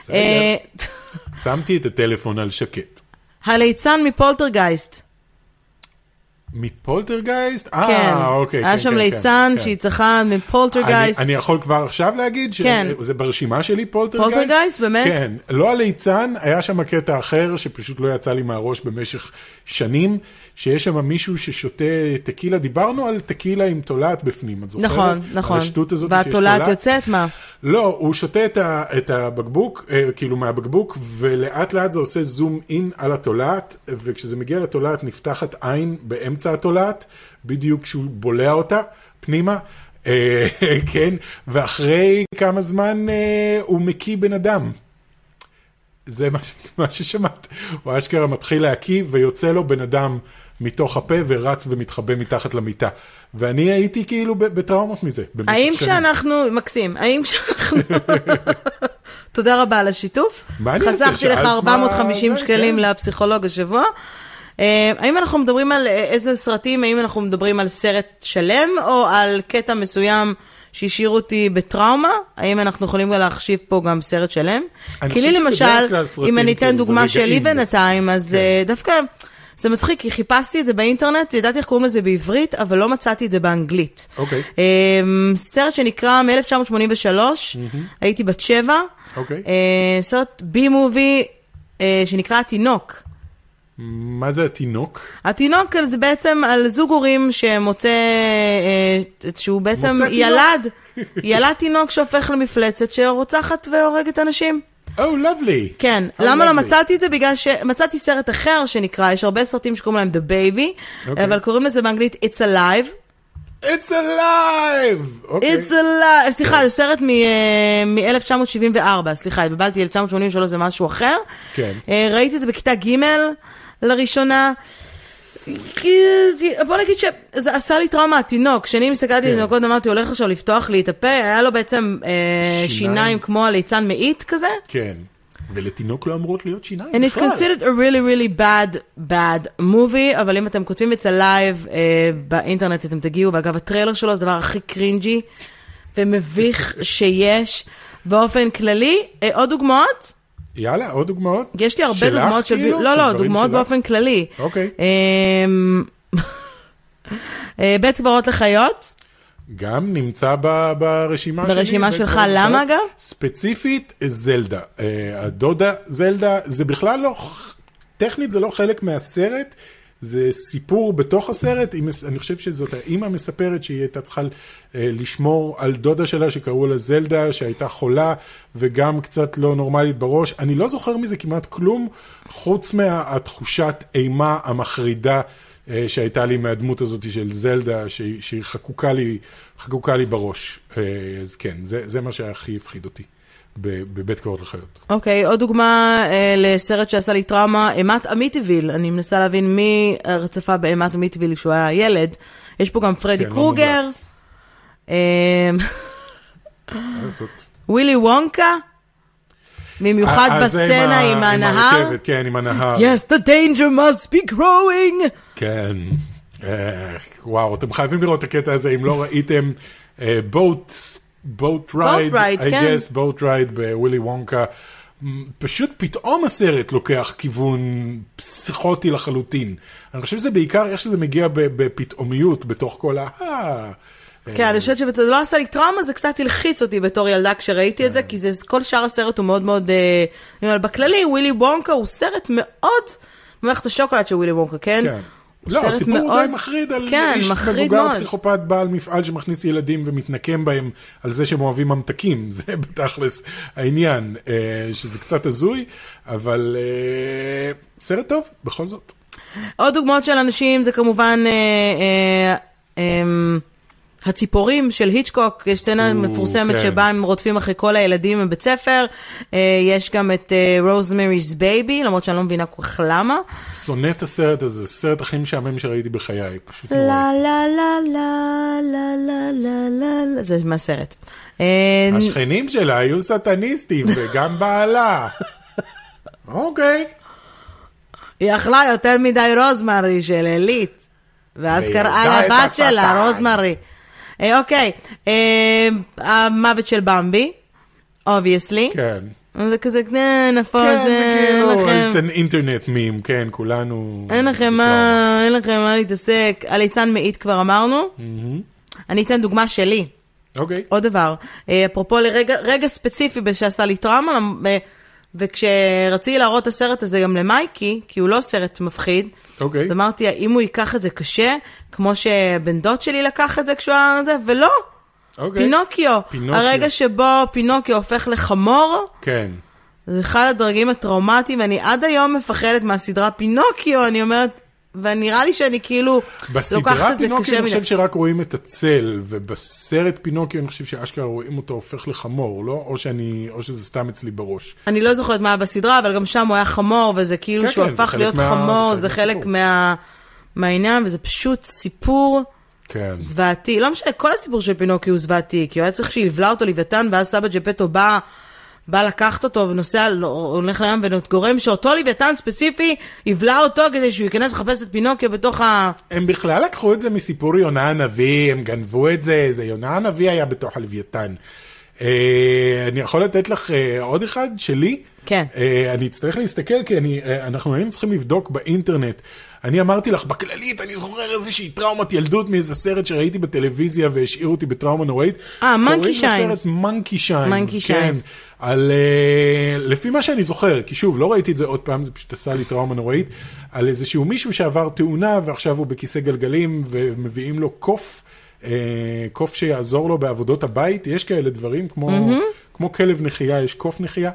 שמתי את הטלפון על שקט. הליצן מפולטרגייסט. מפולטרגייסט? כן. אוקיי. היה שם ליצן שהיא צריכה מפולטרגייסט. אני יכול כבר עכשיו להגיד שזה ברשימה שלי פולטרגייסט? פולטרגייסט, באמת? כן. לא הליצן, היה שם קטע אחר שפשוט לא יצא לי מהראש במשך שנים, שיש שם מישהו ששותה טקילה, דיברנו על טקילה עם תולעת בפנים, את זוכרת? נכון, נכון. השטות הזאת והתולעת יוצאת מה? לא, הוא שותה את הבקבוק, כאילו מהבקבוק, ולאט לאט זה עושה זום אין על התולעת, וכשזה מגיע לתולעת נפתחת עין באמצע התולעת, בדיוק כשהוא בולע אותה פנימה, כן, ואחרי כמה זמן הוא מקיא בן אדם. זה מה ששמעת. הוא אשכרה מתחיל להקיא ויוצא לו בן אדם מתוך הפה ורץ ומתחבא מתחת למיטה. ואני הייתי כאילו בטראומות מזה. האם כשאנחנו, מקסים, האם כשאנחנו... תודה רבה על השיתוף. חסכתי לך 450 שקלים לפסיכולוג השבוע. האם אנחנו מדברים על איזה סרטים, האם אנחנו מדברים על סרט שלם או על קטע מסוים שהשאיר אותי בטראומה? האם אנחנו יכולים להחשיב פה גם סרט שלם? כי לי למשל, אם אני אתן דוגמה שלי בינתיים, אז דווקא זה מצחיק, כי חיפשתי את זה באינטרנט, ידעתי איך קוראים לזה בעברית, אבל לא מצאתי את זה באנגלית. סרט שנקרא מ-1983, הייתי בת 7, סרט בי-מובי שנקרא התינוק. מה זה התינוק? התינוק זה בעצם על זוג הורים שמוצא, שהוא בעצם ילד תינוק שהופך למפלצת שרוצחת והורגת אנשים. lovely. כן, למה לא מצאתי את זה? בגלל שמצאתי סרט אחר שנקרא, יש הרבה סרטים שקוראים להם The Baby, אבל קוראים לזה באנגלית It's Alive. It's Alive! It's Alive. סליחה, זה סרט מ-1974, סליחה, התבלבלתי, 1983 זה משהו אחר. כן. ראיתי את זה בכיתה ג' לראשונה. בוא נגיד שזה עשה לי טראומה התינוק. כשאני מסתכלתי על תינוקות, אמרתי, הולך עכשיו לפתוח לי את הפה, היה לו בעצם שיניים כמו הליצן מאית כזה. כן. ולתינוק לא אמורות להיות שיניים. And it's considered a really really bad movie, אבל אם אתם כותבים את זה לייב באינטרנט, אתם תגיעו, ואגב, הטריילר שלו זה הדבר הכי קרינג'י ומביך שיש באופן כללי. עוד דוגמאות? יאללה, עוד דוגמאות? יש לי הרבה דוגמאות של... לא, דוגמאות באופן כללי. אוקיי. בית קברות לחיות. גם נמצא ברשימה שלי. ברשימה שלך, למה אגב? ספציפית, זלדה. הדודה זלדה, זה בכלל לא, טכנית זה לא חלק מהסרט, זה סיפור בתוך הסרט. אני חושב שזאת האמא מספרת שהיא הייתה צריכה לשמור על דודה שלה שקראו לה זלדה, שהייתה חולה וגם קצת לא נורמלית בראש. אני לא זוכר מזה כמעט כלום, חוץ מהתחושת אימה המחרידה שהייתה לי מהדמות הזאת של זלדה, שהיא חקוקה לי בראש. אז כן, זה מה שהכי הפחיד אותי בבית קברות לחיות. אוקיי, עוד דוגמה לסרט שעשה לי טראומה, אימת אמיטיביל. אני מנסה להבין מי רצפה באימת אמיטיביל כשהוא היה ילד. יש פה גם פרדי קרוגר. ווילי וונקה. במיוחד בסצנה עם הנהר. עם הרכבת, כן, עם הנהר. Yes, the danger must be growing. כן. וואו, אתם חייבים לראות את הקטע הזה, אם לא ראיתם boat ride, I guess, boat ride בווילי וונקה. פשוט פתאום הסרט לוקח כיוון פסיכוטי לחלוטין. אני חושב שזה בעיקר איך שזה מגיע בפתאומיות, בתוך כל כן, אני חושבת שזה לא עשה לי טראומה, זה קצת הלחיץ אותי בתור ילדה כשראיתי את זה, כי כל שאר הסרט הוא מאוד מאוד, בכללי, ווילי וונקה הוא סרט מאוד, ממלכת השוקולד של ווילי וונקה, כן? לא, הסיפור הוא די מחריד על איש מבוגר פסיכופת בעל מפעל שמכניס ילדים ומתנקם בהם על זה שהם אוהבים ממתקים. זה בתכלס העניין, שזה קצת הזוי, אבל סרט טוב, בכל זאת. עוד דוגמאות של אנשים זה כמובן הציפורים של היצ'קוק. יש סצנה מפורסמת שבה הם רודפים אחרי כל הילדים בבית ספר. יש גם את רוזמרי's Baby, למרות שאני לא מבינה כל כך למה. שונא את הסרט הזה, סרט הכי משעמם שראיתי בחיי, פשוט נורא. לה לה לה לה לה לה לה לה, זה מהסרט. השכנים שלה היו סטניסטים וגם בעלה. אוקיי. היא אכלה יותר מדי רוזמרי של אלית, ואז קראה לבת שלה רוזמרי. אוקיי, המוות של במבי, obviously. כן. זה כזה נפוץ, כן, זה אינטרנט מים, כן, כולנו... אין לכם מה להתעסק. הליצן מאית כבר אמרנו. אני אתן דוגמה שלי. אוקיי. עוד דבר. אפרופו לרגע ספציפי שעשה לי טראומה, וכשרציתי להראות את הסרט הזה גם למייקי, כי הוא לא סרט מפחיד, אז אמרתי, אם הוא ייקח את זה קשה, כמו שבן דוד שלי לקח את זה כשהוא היה זה, ולא. פינוקיו. הרגע שבו פינוקיו הופך לחמור, כן. זה אחד הדרגים הטראומטיים, אני עד היום מפחדת מהסדרה פינוקיו, אני אומרת, ונראה לי שאני כאילו בסדרה פינוקיו אני חושב שרק רואים את הצל, ובסרט פינוקיו אני חושב שאשכרה רואים אותו הופך לחמור, לא? או שזה סתם אצלי בראש. אני לא זוכרת מה היה בסדרה, אבל גם שם הוא היה חמור, וזה כאילו שהוא הפך להיות חמור, זה חלק מהעניין, וזה פשוט סיפור זוועתי. לא משנה, כל הסיפור של פינוקיו הוא זוועתי, כי הוא היה צריך שיבלה אותו ליבטן, ואז סבא ג'פטו בא לקחת אותו ונוסע, הולך לים וגורם שאותו ליבטן ספציפי יבלה אותו כדי שהוא ייכנס לחפש את פינוקיו בתוך הם בכלל לקחו את זה מסיפור יונה הנביא, הם גנבו את זה, יונה הנביא היה בתוך הלוויתן. אני יכול לתת לך עוד אחד שלי? כן. אני אצטרך להסתכל, כי אנחנו היינו צריכים לבדוק באינטרנט. אני אמרתי לך, בכללית, אני זוכר איזושהי טראומת ילדות מאיזה סרט שראיתי בטלוויזיה והשאיר אותי בטראומה נוראית. מונקי שיינס. קוראים לסרט מונקי שיינס, כן. לפי מה שאני זוכר, כי שוב, לא ראיתי את זה עוד פעם, זה פשוט עשה לי טראומה נוראית, על איזשהו מישהו שעבר תאונה, ועכשיו הוא בכיסא גלגלים, ומביאים לו קוף שיעזור לו בעבודות הבית. יש כאלה דברים, כמו כלב נחייה, יש קוף נחייה,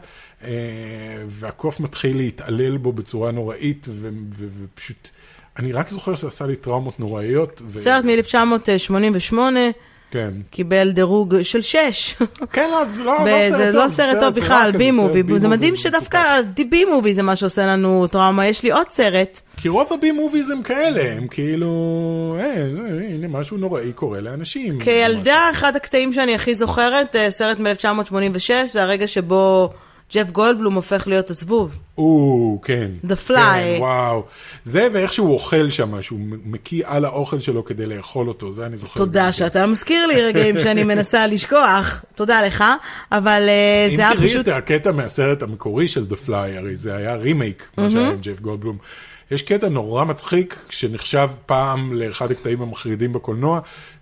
והקוף מתחיל להתעלל בו בצורה נוראית, ופשוט, אני רק זוכר שעשה לי טראומות נוראיות. סרט מ-1988, כן. קיבל דירוג של 6. כן, אז לא סרט טוב. זה לא סרט טוב בכלל, בי מובי. זה מדהים שדווקא בי מובי זה מה שעושה לנו טראומה. יש לי עוד סרט. כי רוב הבי מוביז הם כאלה, הם כאילו, הנה משהו נוראי קורה לאנשים. כילדה, אחד הקטעים שאני הכי זוכרת, סרט מ-1986, זה הרגע שבו ג'ף גולדבלום הופך להיות הזבוב. כן. The Fly. כן, וואו. זה ואיך שהוא אוכל שם, שהוא מקיא על האוכל שלו כדי לאכול אותו, זה אני זוכר. תודה שאתה מזכיר לי רגעים שאני מנסה לשכוח. תודה לך, אבל זה היה פשוט... אם תראי את הקטע מהסרט המקורי של The Fly, הרי זה היה רימייק, מה שהיה עם ג'ף גולדבלום. יש קטע נורא מצחיק, שנחשב פעם לאחד הקטעים המחרידים בקולנוע,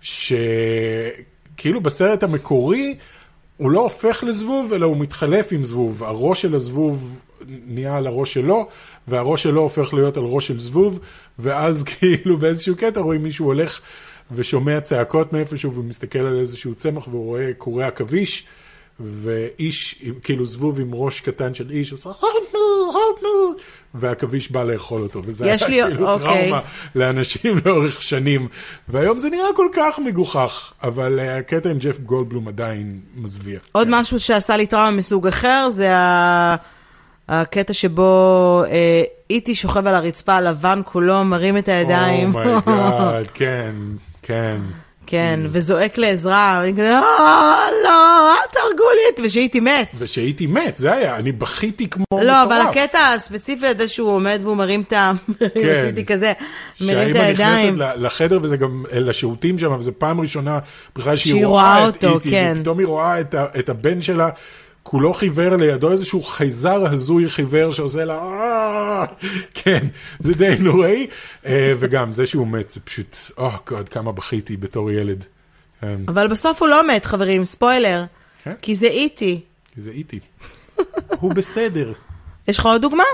שכאילו בסרט המקורי, הוא לא הופך לזבוב, אלא הוא מתחלף עם זבוב. הראש של הזבוב נהיה על הראש שלו, והראש שלו הופך להיות על ראש של זבוב, ואז כאילו באיזשהו קטע רואים מישהו הולך ושומע צעקות מאיפשהו, ומסתכל על איזשהו צמח, והוא רואה קורא עכביש, ואיש, כאילו זבוב עם ראש קטן של איש, עושה, help me, והעכביש בא לאכול אותו, וזה היה כאילו טראומה לאנשים לאורך שנים, והיום זה נראה כל כך מגוחך, אבל הקטע עם ג'ף גולדבלום עדיין מזוויע. עוד משהו שעשה לי טראומה מסוג אחר, זה הקטע שבו איתי שוכב על הרצפה, לבן כולו, מרים את הידיים. אומייגאד, כן, כן. כן, וזועק לעזרה, ואני כזה, לא, אל תהרגו לי, ושהייתי מת. ושהייתי מת, זה היה, אני בכיתי כמו מטורף. לא, אבל הקטע הספציפי הזה שהוא עומד והוא מרים את עשיתי כזה, מרים את הידיים. שהאמא נכנסת לחדר וזה גם לשירותים שם, וזו פעם ראשונה בכלל שהיא רואה אותו, כן. ופתאום היא רואה את הבן שלה, כולו חיוור לידו איזשהו חייזר הזוי חיוור שעושה לה, כן, זה די נוראי, וגם זה שהוא מת, זה פשוט, גוד, כמה בכיתי בתור ילד. אבל בסוף הוא לא מת, חברים, ספוילר, כי זה איטי. כי זה איטי. הוא בסדר. יש לך עוד דוגמה?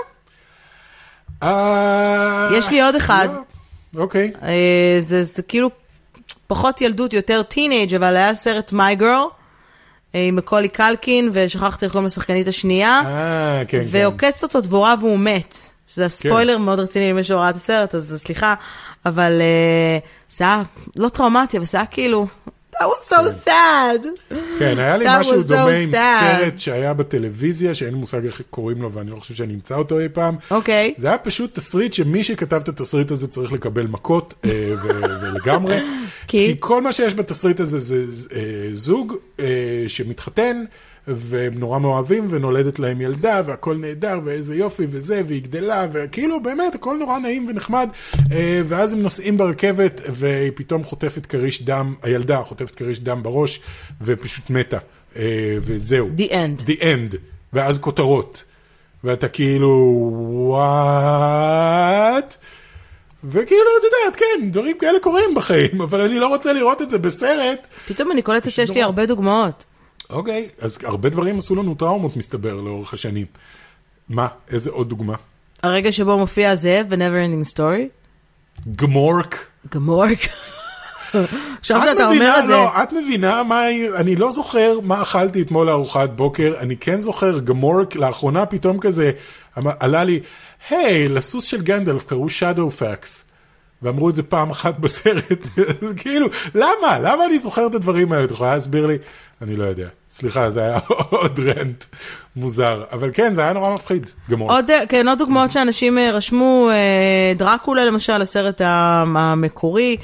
יש לי עוד אחד. אוקיי. זה כאילו פחות ילדות, יותר טינאג', אבל היה סרט My Girl, עם מקולי קלקין, ושכחתי איך קוראים לשחקנית השנייה, כן, ועוקצת אותו דבורה והוא מת, שזה הספוילר מאוד רציני למי שראה את הסרט, אז סליחה, אבל זה היה לא טראומטי, אבל זה היה כאילו, that was so sad. כן, היה לי משהו דומה עם סרט שהיה בטלוויזיה, שאין מושג איך קוראים לו, ואני לא חושב שאני אמצא אותו אי פעם. אוקיי. זה היה פשוט תסריט שמי שכתב את התסריט הזה צריך לקבל מכות, ולגמרי. כי כל מה שיש בתסריט הזה זה זוג שמתחתן, והם נורא מאוהבים, ונולדת להם ילדה, והכל נהדר, ואיזה יופי וזה, והיא גדלה, וכאילו באמת הכל נורא נעים ונחמד, ואז הם נוסעים ברכבת, והיא פתאום חוטפת קריש דם, הילדה חוטפת קריש דם בראש, ופשוט מתה, וזהו. The end. The end. ואז כותרות. ואתה כאילו, what? וכאילו, את יודעת, כן, דברים כאלה קורים בחיים, אבל אני לא רוצה לראות את זה בסרט. פתאום אני קולטת שיש לי הרבה דוגמאות. אוקיי, אז הרבה דברים עשו לנו טראומות, מסתבר, לאורך השנים. מה? איזה עוד דוגמה? הרגע שבו מופיע הזאב ב-Never Ending Story? גמורק. גמורק. עכשיו שאתה אומר את זה. לא, את מבינה מה, אני לא זוכר מה אכלתי אתמול לארוחת בוקר, אני כן זוכר גמורק, לאחרונה פתאום כזה, עלה לי, היי, לסוס של גנדלף קראו Shadow Fax. ואמרו את זה פעם אחת בסרט, כאילו, למה? למה אני זוכר את הדברים האלה? אתה יכולה להסביר לי? אני לא יודע. סליחה, זה היה עוד רנט מוזר, אבל כן, זה היה נורא מפחיד, גמור. כן, עוד דוגמאות שאנשים רשמו, דרקולה למשל, הסרט המקורי,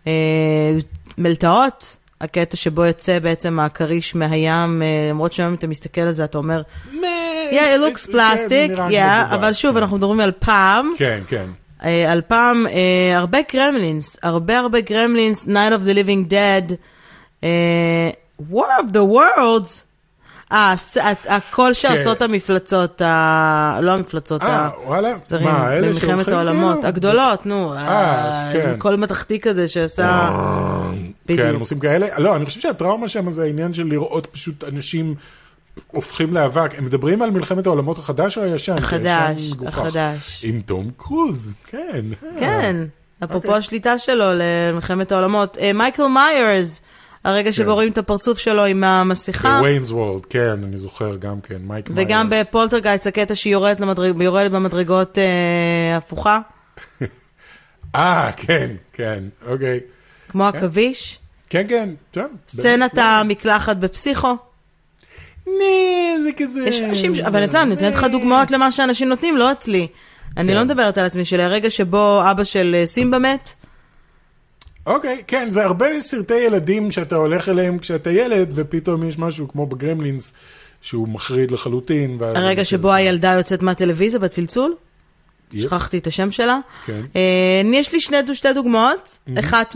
מלטעות, הקטע שבו יוצא בעצם הקריש מהים, למרות שהיום אתה מסתכל על זה, אתה אומר, it looks plastic, אבל שוב, אנחנו מדברים על פעם. כן, כן. על פעם, הרבה גרמלינס, הרבה גרמלינס, Night of the Living Dead, War of the Worlds, הכל שעשות המפלצות, לא המפלצות, במלחמת העולמות, הגדולות, נו, כל מתחתי כזה שעשה, כן, הם עושים כאלה, לא, אני חושב שהטראומה שם זה העניין של לראות פשוט אנשים הופכים לאבק, הם מדברים על מלחמת העולמות החדש או הישן? החדש. עם תום קרוז, כן. כן, אפרופו השליטה שלו למלחמת העולמות, מייקל מיירס, הרגע שבו רואים את הפרצוף שלו עם המסכה. בוויינס וורלד, כן, אני זוכר גם כן, מייק מיירס. וגם בפולטרגייסט, הקטע שהיא יורדת במדרגות הפוכה. כן, אוקיי. כמו הכביש. כן. סצנת המקלחת בפסיכו. זה כזה. יש אנשים, אבל אני נותנת לך דוגמאות למה שאנשים נותנים, לא אצלי. אני לא מדברת על עצמי שלי, הרגע שבו אבא של סימבה מת. אוקיי, כן, זה הרבה סרטי ילדים שאתה הולך אליהם כשאתה ילד, ופתאום יש משהו כמו בגרמלינס, שהוא מחריד לחלוטין. הרגע שבו הילדה יוצאת מהטלוויזיה בצלצול, שכחתי את השם שלה. כן. יש לי שתי דוגמאות, אחת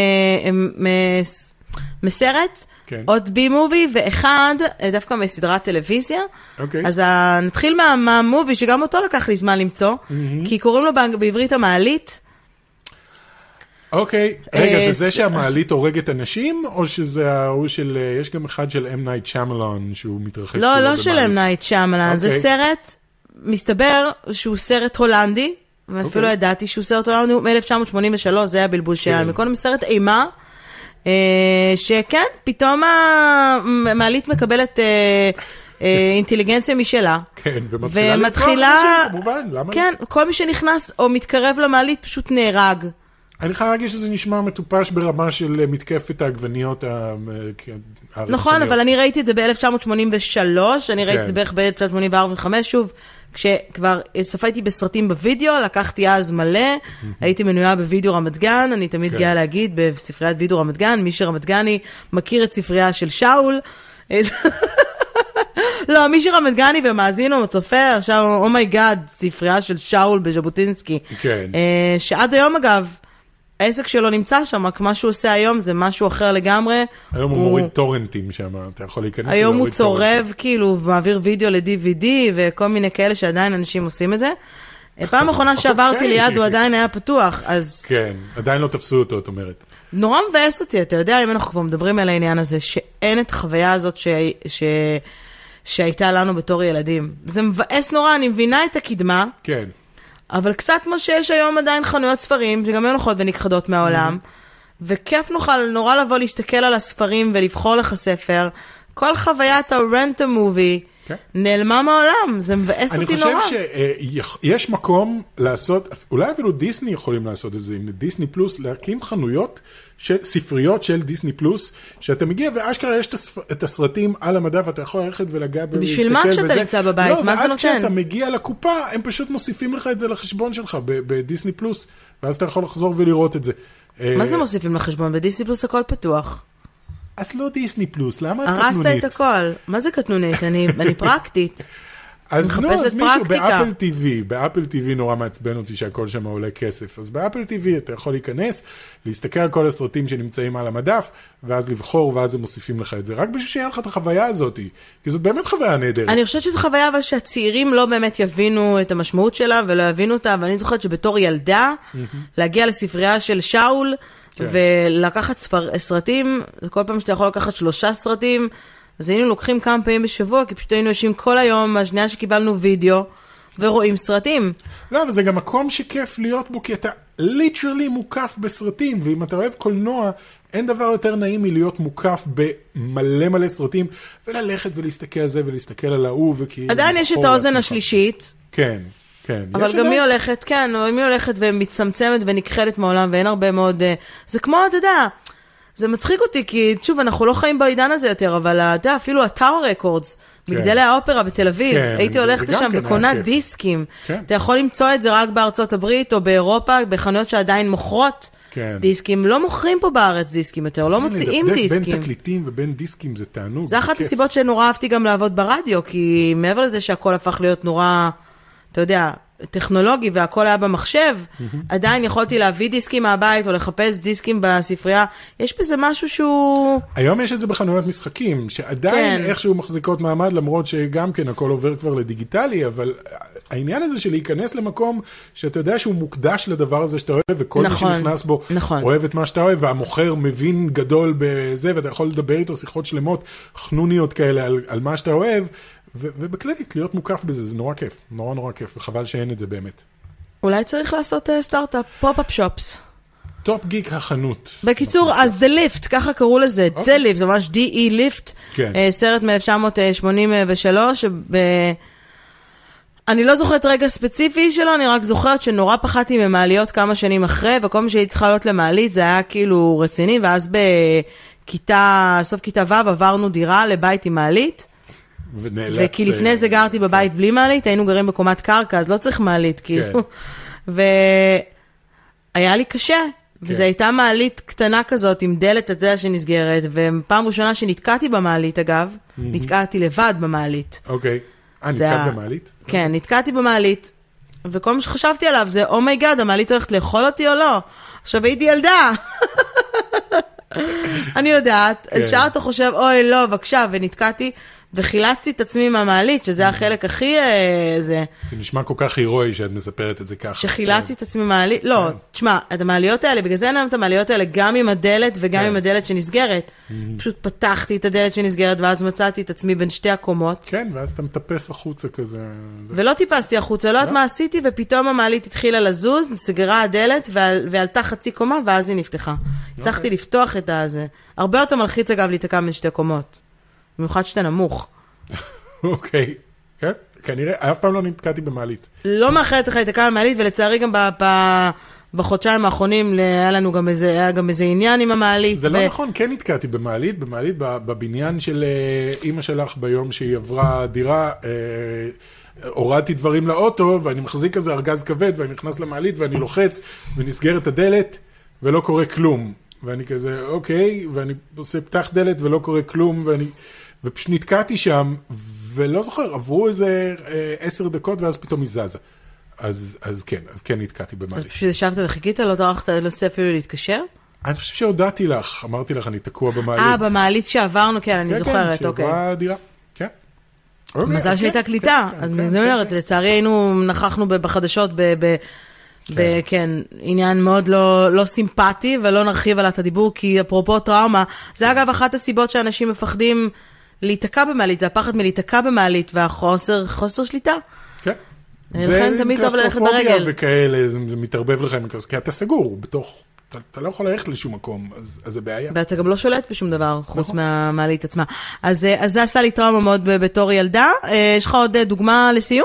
מסרט, עוד בי מובי, ואחד דווקא מסדרת טלוויזיה. אז נתחיל מהמובי, שגם אותו לקח לי זמן למצוא, כי קוראים לו בעברית המעלית. אוקיי, רגע, זה שהמעלית הורגת אנשים, או שזה ההוא של, יש גם אחד של M. Night Shyamalan, שהוא מתרחש כולו במעלית? לא של M. Night Shyamalan, זה סרט, מסתבר שהוא סרט הולנדי, ואפילו ידעתי שהוא סרט הולנדי מ-1983, זה היה בלבול שהיה, מקודם סרט אימה, שכן, פתאום המעלית מקבלת אינטליגנציה משלה, ומתחילה, כן, כל מי שנכנס או מתקרב למעלית פשוט נהרג. אני חייב להגיד שזה נשמע מטופש ברמה של מתקפת העגבניות. נכון, אבל אני ראיתי את זה ב-1983, אני ראיתי את זה בערך ב-1984-5, שוב, כשכבר ספייתי בסרטים בווידאו, לקחתי אז מלא, הייתי מנויה בווידאו רמת גן, אני תמיד גאה להגיד, בספריית וידאו רמת גן, מי שרמת גני מכיר את ספרייה של שאול, לא, מי שרמת גני ומאזין או צופה, עכשיו, אומייגאד, ספרייה של שאול בז'בוטינסקי, שעד היום אגב, העסק שלו נמצא שם, רק מה שהוא עושה היום זה משהו אחר לגמרי. היום הוא מוריד טורנטים שם, אתה יכול להיכנס. היום הוא צורב כאילו, ומעביר וידאו ל-DVD וכל מיני כאלה שעדיין אנשים עושים את זה. פעם האחרונה שעברתי ליד הוא עדיין היה פתוח, אז... כן, עדיין לא תפסו אותו, את אומרת. נורא מבאס אותי, אתה יודע, אם אנחנו כבר מדברים על העניין הזה, שאין את החוויה הזאת שהייתה לנו בתור ילדים. זה מבאס נורא, אני מבינה את הקדמה. כן. אבל קצת כמו שיש היום עדיין חנויות ספרים, שגם הן הולכות ונכחדות מהעולם, וכיף נוכל נורא לבוא להסתכל על הספרים ולבחור לך ספר, כל חוויית ה-rent a movie נעלמה מהעולם, זה מבאס אותי נורא. אני חושב שיש מקום לעשות, אולי אפילו דיסני יכולים לעשות את זה, עם דיסני פלוס, להקים חנויות, ספריות של דיסני פלוס, שאתה מגיע ואשכרה יש את הסרטים על המדף, ואתה יכול ללכת ולגע בשביל מה כשאתה נמצא בבית? מה זה נותן? ואז כשאתה מגיע לקופה, הם פשוט מוסיפים לך את זה לחשבון שלך בדיסני פלוס, ואז אתה יכול לחזור ולראות את זה. מה זה מוסיפים לחשבון? בדיסני פלוס הכל פתוח. אז לא דיסני פלוס, למה את קטנונית? הרסת את הכל. מה זה קטנונית? אני פרקטית. אז נו, אז מישהו באפל TV נורא מעצבן אותי שהכל שם עולה כסף. אז באפל TV אתה יכול להיכנס, להסתכל על כל הסרטים שנמצאים על המדף, ואז לבחור, ואז הם מוסיפים לך את זה. רק בשביל שיהיה לך את החוויה הזאת, כי זאת באמת חוויה נהדרת. אני חושבת שזו חוויה, אבל שהצעירים לא באמת יבינו את המשמעות שלה, ולא יבינו אותה, ואני זוכרת שבתור ילדה, להגיע לספרייה של שאול, ולקחת סרטים, כל פעם שאתה יכול לקחת 3 סרטים, אז היינו לוקחים כמה פעמים בשבוע, כי פשוט היינו יושבים כל היום, מהשנייה שקיבלנו וידאו, ורואים סרטים. לא, אבל זה גם מקום שכיף להיות בו, כי אתה ליטרלי מוקף בסרטים, ואם אתה אוהב קולנוע, אין דבר יותר נעים מלהיות מוקף במלא מלא סרטים, וללכת ולהסתכל על זה, ולהסתכל על ההוא, עדיין יש את האוזן השלישית. כן. כן. אבל גם מי הולכת, כן, מי הולכת ומצמצמת ונכחדת מעולם, ואין הרבה מאוד, זה כמו, אתה יודע, זה מצחיק אותי, כי שוב, אנחנו לא חיים בעידן הזה יותר, אבל אתה יודע, אפילו הטאור רקורדס, מגדלי האופרה בתל אביב, הייתי הולכת לשם וקונה דיסקים. אתה יכול למצוא את זה רק בארצות הברית או באירופה, בחנויות שעדיין מוכרות דיסקים. לא מוכרים פה בארץ דיסקים יותר, לא מוציאים דיסקים. בין תקליטים ובין דיסקים זה תענוג. זה אחת הסיבות שנורא אהבתי גם לעבוד ברדיו, כי מעבר לזה שהכל הפך להיות נורא, אתה יודע, טכנולוגי והכל היה במחשב, עדיין יכולתי להביא דיסקים מהבית או לחפש דיסקים בספרייה. יש בזה משהו שהוא... היום יש את זה בחנויות משחקים, שעדיין איכשהו מחזיקות מעמד, למרות שגם כן הכל עובר כבר לדיגיטלי, אבל העניין הזה של להיכנס למקום שאתה יודע שהוא מוקדש לדבר הזה שאתה אוהב, וכל מי שנכנס בו אוהב את מה שאתה אוהב, והמוכר מבין גדול בזה, ואתה יכול לדבר איתו שיחות שלמות, חנוניות כאלה על מה שאתה אוהב, ובכללית, להיות מוקף בזה, זה נורא כיף, נורא נורא כיף, וחבל שאין את זה באמת. אולי צריך לעשות סטארט-אפ, פופ-אפ שופס. טופ גיק החנות. בקיצור, אז The Lift, ככה קראו לזה, The Lift, זה ממש D.E. Lift, סרט מ-1983, אני לא זוכרת רגע ספציפי שלו, אני רק זוכרת שנורא פחדתי ממעליות כמה שנים אחרי, וכל מי שהייתי צריכה לעלות למעלית, זה היה כאילו רציני, ואז סוף כיתה ו' עברנו דירה לבית עם מעלית, וכי לפני זה גרתי בבית בלי מעלית, היינו גרים בקומת קרקע, אז לא צריך מעלית, כאילו. והיה לי קשה, וזו הייתה מעלית קטנה כזאת, עם דלת את זה שנסגרת, ופעם ראשונה שנתקעתי במעלית, אגב, נתקעתי לבד במעלית. אוקיי. נתקעת במעלית? כן, נתקעתי במעלית, וכל מה שחשבתי עליו זה, אומייגאד, המעלית הולכת לאכול אותי או לא? עכשיו הייתי ילדה. אני יודעת, שעה אתה חושב, אוי לא, בבקשה, ונתקעתי, וחילצתי את עצמי מהמעלית, שזה החלק הכי... זה נשמע כל כך הירואי שאת מספרת את זה ככה. שחילצתי את עצמי מהמעלית, לא, תשמע, את המעליות האלה, בגלל זה אין להם את המעליות האלה, גם עם הדלת וגם עם הדלת שנסגרת. פשוט פתחתי את הדלת שנסגרת, ואז מצאתי את עצמי בין שתי הקומות. כן, ואז אתה מטפס החוצה כזה. ולא טיפסתי החוצה, לא יודעת מה עשיתי, ופתאום המעלית התחילה לזוז, נסגרה הדלת, ועלתה חצי קומה, ואז היא נפתחה. הצלחתי לפתוח את הזה. הרבה יותר מלחיץ, אגב, להתקע בין שתי קומות. במיוחד שאתה נמוך. אוקיי. כן, כנראה, אף פעם לא נתקעתי במעלית. לא מאחרת לך להתקע במעלית, ולצערי גם בחודשיים האחרונים היה לנו גם איזה עניין עם המעלית. זה לא נכון, כן נתקעתי במעלית, בבניין של אמא שלך ביום שהיא עברה דירה, הורדתי דברים לאוטו, ואני מחזיק כזה ארגז כבד, ואני נכנס למעלית, ואני לוחץ, ונסגרת הדלת, ולא קורה כלום. ואני כזה, אוקיי, ואני עושה פתח דלת ולא קורה כלום, ופשוט נתקעתי שם, ולא זוכר, עברו איזה 10 דקות, ואז פתאום היא זזה. אז כן נתקעתי במעלית. אז פשוט ישבת וחיכית, לא טרחת לנסה אפילו להתקשר? אני חושב שהודעתי לך, אמרתי לך, אני תקוע במעלית. במעלית שעברנו, כן, אני זוכרת, אוקיי. כן, שעברה דירה, כן. מזל שהייתה קליטה, אז אני אומרת, לצערי היינו, נכחנו בחדשות כן, עניין מאוד לא סימפטי, ולא נרחיב עליו את הדיבור, כי אפרופו טראומה, זה אגב אחת הסיבות שאנשים מפחדים להיתקע במעלית, זה הפחד מלהיתקע במעלית, והחוסר שליטה. כן. לכן תמיד טוב ללכת ברגל. וכאלה, זה מתערבב לכם, כי אתה סגור, אתה לא יכול ללכת לשום מקום, אז זה בעיה. ואתה גם לא שולט בשום דבר, חוץ מהמעלית עצמה. אז זה עשה לי טראומה מאוד בתור ילדה. יש לך עוד דוגמה לסיום?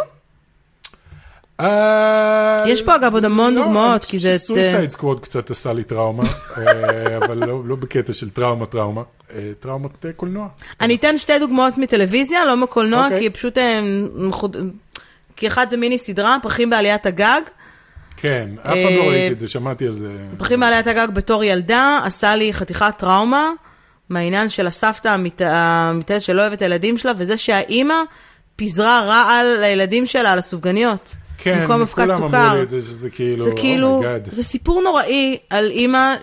יש פה אגב עוד המון דוגמאות, כי זה... סויסייד סקוואד קצת עשה לי טראומה, אבל לא בקטע של טראומה, טראומת קולנוע. אני אתן שתי דוגמאות מטלוויזיה, לא מקולנוע, כי פשוט... כי אחד זה מיני סדרה, פרחים בעליית הגג. כן, אף פעם לא ראיתי את זה, שמעתי על זה. פרחים בעליית הגג בתור ילדה, עשה לי חתיכת טראומה, מהעניין של הסבתא המתלת שלא אוהבת הילדים שלה, וזה שהאימא פיזרה רעל לילדים שלה על הסופגניות. כן, כולם אמרו לי את זה, שזה כאילו, זה סיפור נוראי על אימא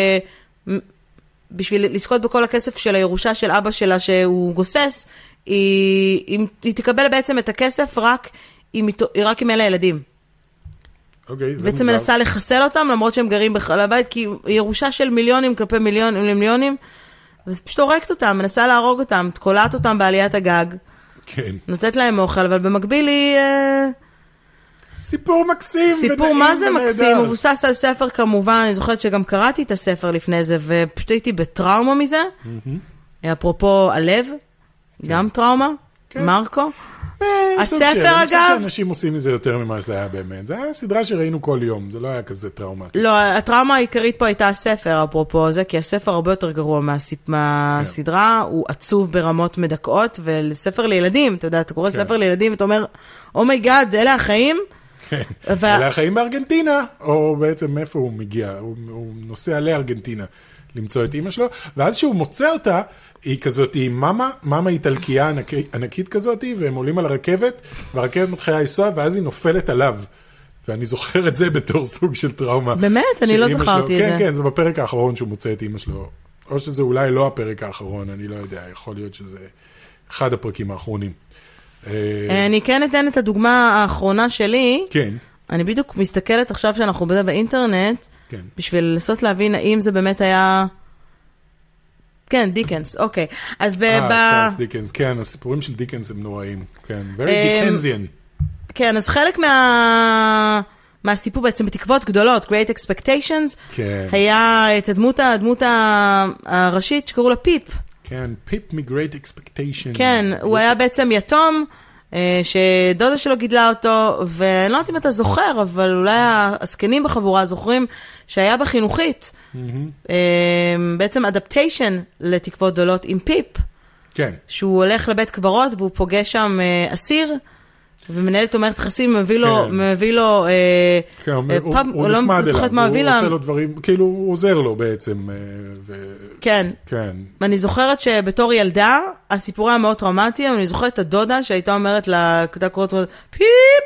שבשביל לזכות בכל הכסף של הירושה של אבא שלה שהוא גוסס, היא תקבל בעצם את הכסף רק עם אלה הילדים. בעצם מנסה לחסל אותם, למרות שהם גרים בחלל הבית, כי ירושה של מיליונים כלפי מיליונים למיליונים, וזה פשוט הורקת אותם, מנסה להרוג אותם, תקולעת אותם בעליית הגג, נותנת להם אוכל, אבל במקביל היא... סיפור מקסים. סיפור מה זה מקסים, מבוסס על ספר כמובן, אני זוכרת שגם קראתי את הספר לפני זה, ופשוט הייתי בטראומה מזה, אפרופו הלב, גם טראומה, מרקו, הספר אני אגב... חושב שאנשים עושים מזה יותר ממה שזה היה באמת. זה היה סדרה שראינו כל יום, זה לא היה כזה טראומטי. לא, הטראומה העיקרית פה הייתה הספר, אפרופו זה, כי הספר הרבה יותר גרוע מהסדרה, הוא עצוב ברמות מדכאות, ולספר לילדים, אתה יודע, אתה קורא ספר לילדים, ואתה אומר, אומייגאד, אלה החיים? כן, אלה החיים בארגנטינה, או בעצם איפה הוא מגיע, הוא נוסע לארגנטינה למצוא את אמא שלו, ואז שהוא מוצא אותה, היא כזאת, היא מאמה איטלקייה ענקית כזאת, והם עולים על הרכבת, והרכבת מתחילה לנסוע, ואז היא נופלת עליו. ואני זוכר את זה בתור סוג של טראומה. באמת? אני לא זכרתי את זה. כן, כן, זה בפרק האחרון שהוא מוצא את אמא שלו. או שזה אולי לא הפרק האחרון, אני לא יודע, יכול להיות שזה אחד הפרקים האחרונים. אני כן אתן את הדוגמה האחרונה שלי. כן. אני בדיוק מסתכלת עכשיו שאנחנו בזה באינטרנט, בשביל לנסות להבין האם זה באמת היה... כן, דיקנס, אוקיי. אז צ'ארלס דיקנס, כן, הסיפורים של דיקנס הם נוראים. כן, very Dickensian. כן, אז חלק מהסיפור בעצם בתקוות גדולות, Great Expectations, היה את הדמות הראשית שקראו לה פיפ. כן, פיפ מ-Great Expectations. כן, הוא היה בעצם יתום, שדודה שלו גידלה אותו, ואני לא יודעת אם אתה זוכר, אבל אולי הסקנים בחבורה זוכרים שהיה בחינוכית, בעצם אדפטיישן לתקוות גדולות עם פיפ, כן. שהוא הולך לבית קברות, והוא פוגש שם אסיר, ומנהלת אומרת חסים, מביא לו, הוא נחמד אליו, הוא עושה לו דברים, כאילו הוא עוזר לו בעצם. כן. ואני זוכרת שבתור ילדה, הסיפור היה מאוד טראומטי, אבל אני זוכרת את הדודה שהייתה אומרת לה, פיפ,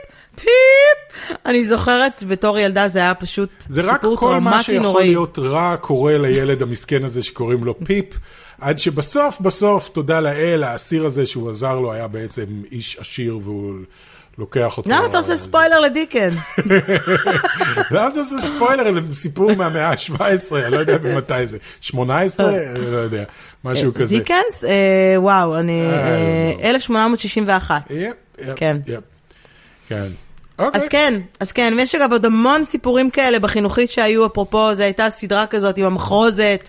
פיפ. אני זוכרת בתור ילדה זה היה פשוט סיפור טראומטי נוראי. זה רק כל מה שיכול להיות רע קורה לילד המסכן הזה שקוראים לו פיפ, עד שבסוף, תודה לאל, האסיר הזה שהוא עזר לו היה בעצם איש עשיר והוא לוקח אותו... למה אתה עושה ספוילר לדיקנס? למה אתה עושה ספוילר לסיפור מהמאה ה-17? אני לא יודע במתי זה. 18? אני לא יודע. משהו כזה. דיקנס? וואו, אני... 1861. כן. כן. אז כן, ויש אגב עוד המון סיפורים כאלה בחינוכית שהיו, אפרופו, זו הייתה סדרה כזאת עם המחרוזת,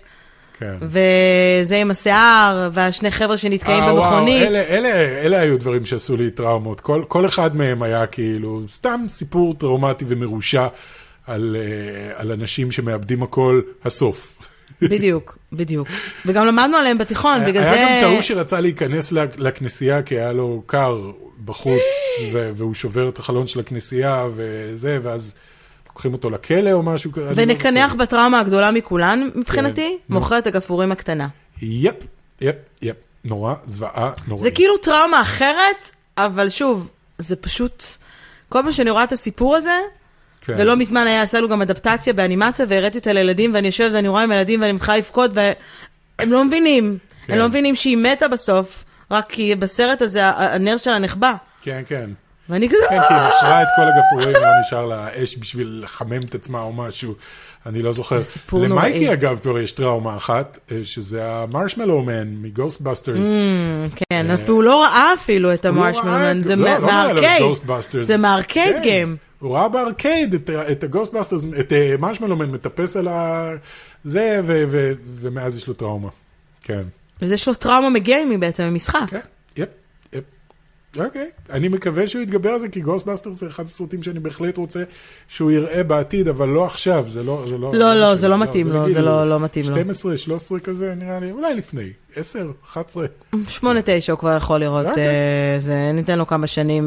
וזה עם השיער, והשני חבר'ה שנתקעים במכונית. אלה היו דברים שעשו לי טראומות. כל אחד מהם היה כאילו סתם סיפור טראומטי ומרושע על אנשים שמאבדים הכל הסוף. בדיוק. וגם למדנו עליהם בתיכון, בגלל זה... היה גם טעו שרצה להיכנס לכנסייה, כי היה לו קר בחוץ, והוא שובר את החלון של הכנסייה, ואז... לוקחים אותו לכלא או משהו. ונקנח בטראומה הגדולה מכולן, מבחינתי, מוכרת הגפורים הקטנה. יפ. נורא, זוועה, נורא. זה כאילו טראומה אחרת, אבל שוב, זה פשוט, כל פעם שאני רואה את הסיפור הזה, ולא מזמן עשה לו גם אדפטציה באנימציה, והראיתי אותה לילדים, ואני יושבת ואני רואה עם ילדים, ואני מתחילה לבכות, והם לא מבינים. הם לא מבינים שהיא מתה בסוף, רק כי בסרט הזה הנר שלה נחבא. כן. ואני כזה... כן, כי היא נשרה את כל הגפורים, לא נשאר לה אש בשביל לחמם את עצמה או משהו, אני לא זוכר. למייקי אגב כבר יש טראומה אחת, שזה המרשמלו מן מגוסטבאסטרס. כן, והוא לא ראה אפילו את המרשמלו מן, זה מהארקייד. זה מהארקייד גיים. הוא ראה בארקייד את הגוסטבאסטרס, את מרשמלו מן מטפס על זה, ומאז יש לו טראומה. כן. אז יש לו טראומה מגיימי בעצם, ממשחק. כן, יפ. אוקיי, אני מקווה שהוא יתגבר על זה, כי גוסטבאסטרס זה אחד הסרטים שאני בהחלט רוצה שהוא יראה בעתיד, אבל לא עכשיו, זה לא... לא, זה לא מתאים לו, זה לא מתאים לו. 12, 13 כזה, נראה לי, אולי לפני, 10, 11. 8, 9 הוא כבר יכול לראות, זה ניתן לו כמה שנים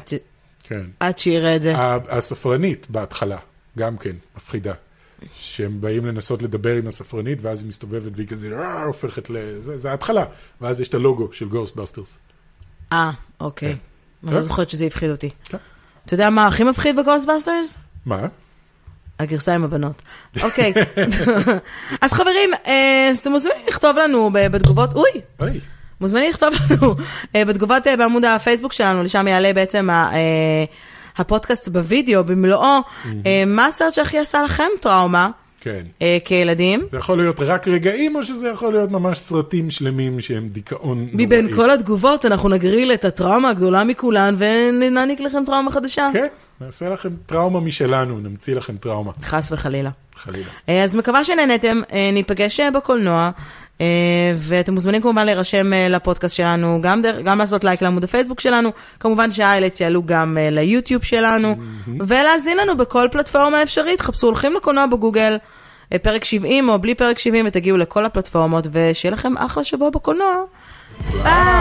עד שיראה את זה. הספרנית בהתחלה, גם כן, מפחידה. שהם באים לנסות לדבר עם הספרנית, ואז היא מסתובבת והיא כזה, הופכת זה ההתחלה, ואז יש את הלוגו של גוסטבאסטרס. אוקיי. אני לא זוכרת שזה יפחיד אותי. אתה יודע מה הכי מפחיד בגוסטבאסטרס? מה? הגרסה עם הבנות. אוקיי. אז חברים, אתם מוזמנים לכתוב לנו בתגובות, מוזמנים לכתוב לנו בתגובות בעמוד הפייסבוק שלנו, לשם יעלה בעצם הפודקאסט בווידאו במלואו, מה הסרט שהכי עשה לכם טראומה? כן. כילדים. זה יכול להיות רק רגעים, או שזה יכול להיות ממש סרטים שלמים שהם דיכאון נוראי. מבין כל התגובות, אנחנו נגריל את הטראומה הגדולה מכולן, ונעניק לכם טראומה חדשה. כן, נעשה לכם טראומה משלנו, נמציא לכם טראומה. חס וחלילה. אז מקווה שנהנתם, ניפגש בקולנוע, ואתם מוזמנים כמובן להירשם לפודקאסט שלנו, גם לעשות לייק לעמוד הפייסבוק שלנו, כמובן שהאיילץ יעלו גם ליוטיוב שלנו, ולהזין לנו בכל פלטפורמה אפשרית, חפשו הולכים לקולנוע בגוגל, פרק 70 או בלי פרק 70, ותגיעו לכל הפלטפורמות, ושיהיה לכם אחלה שבוע בקולנוע. ביי!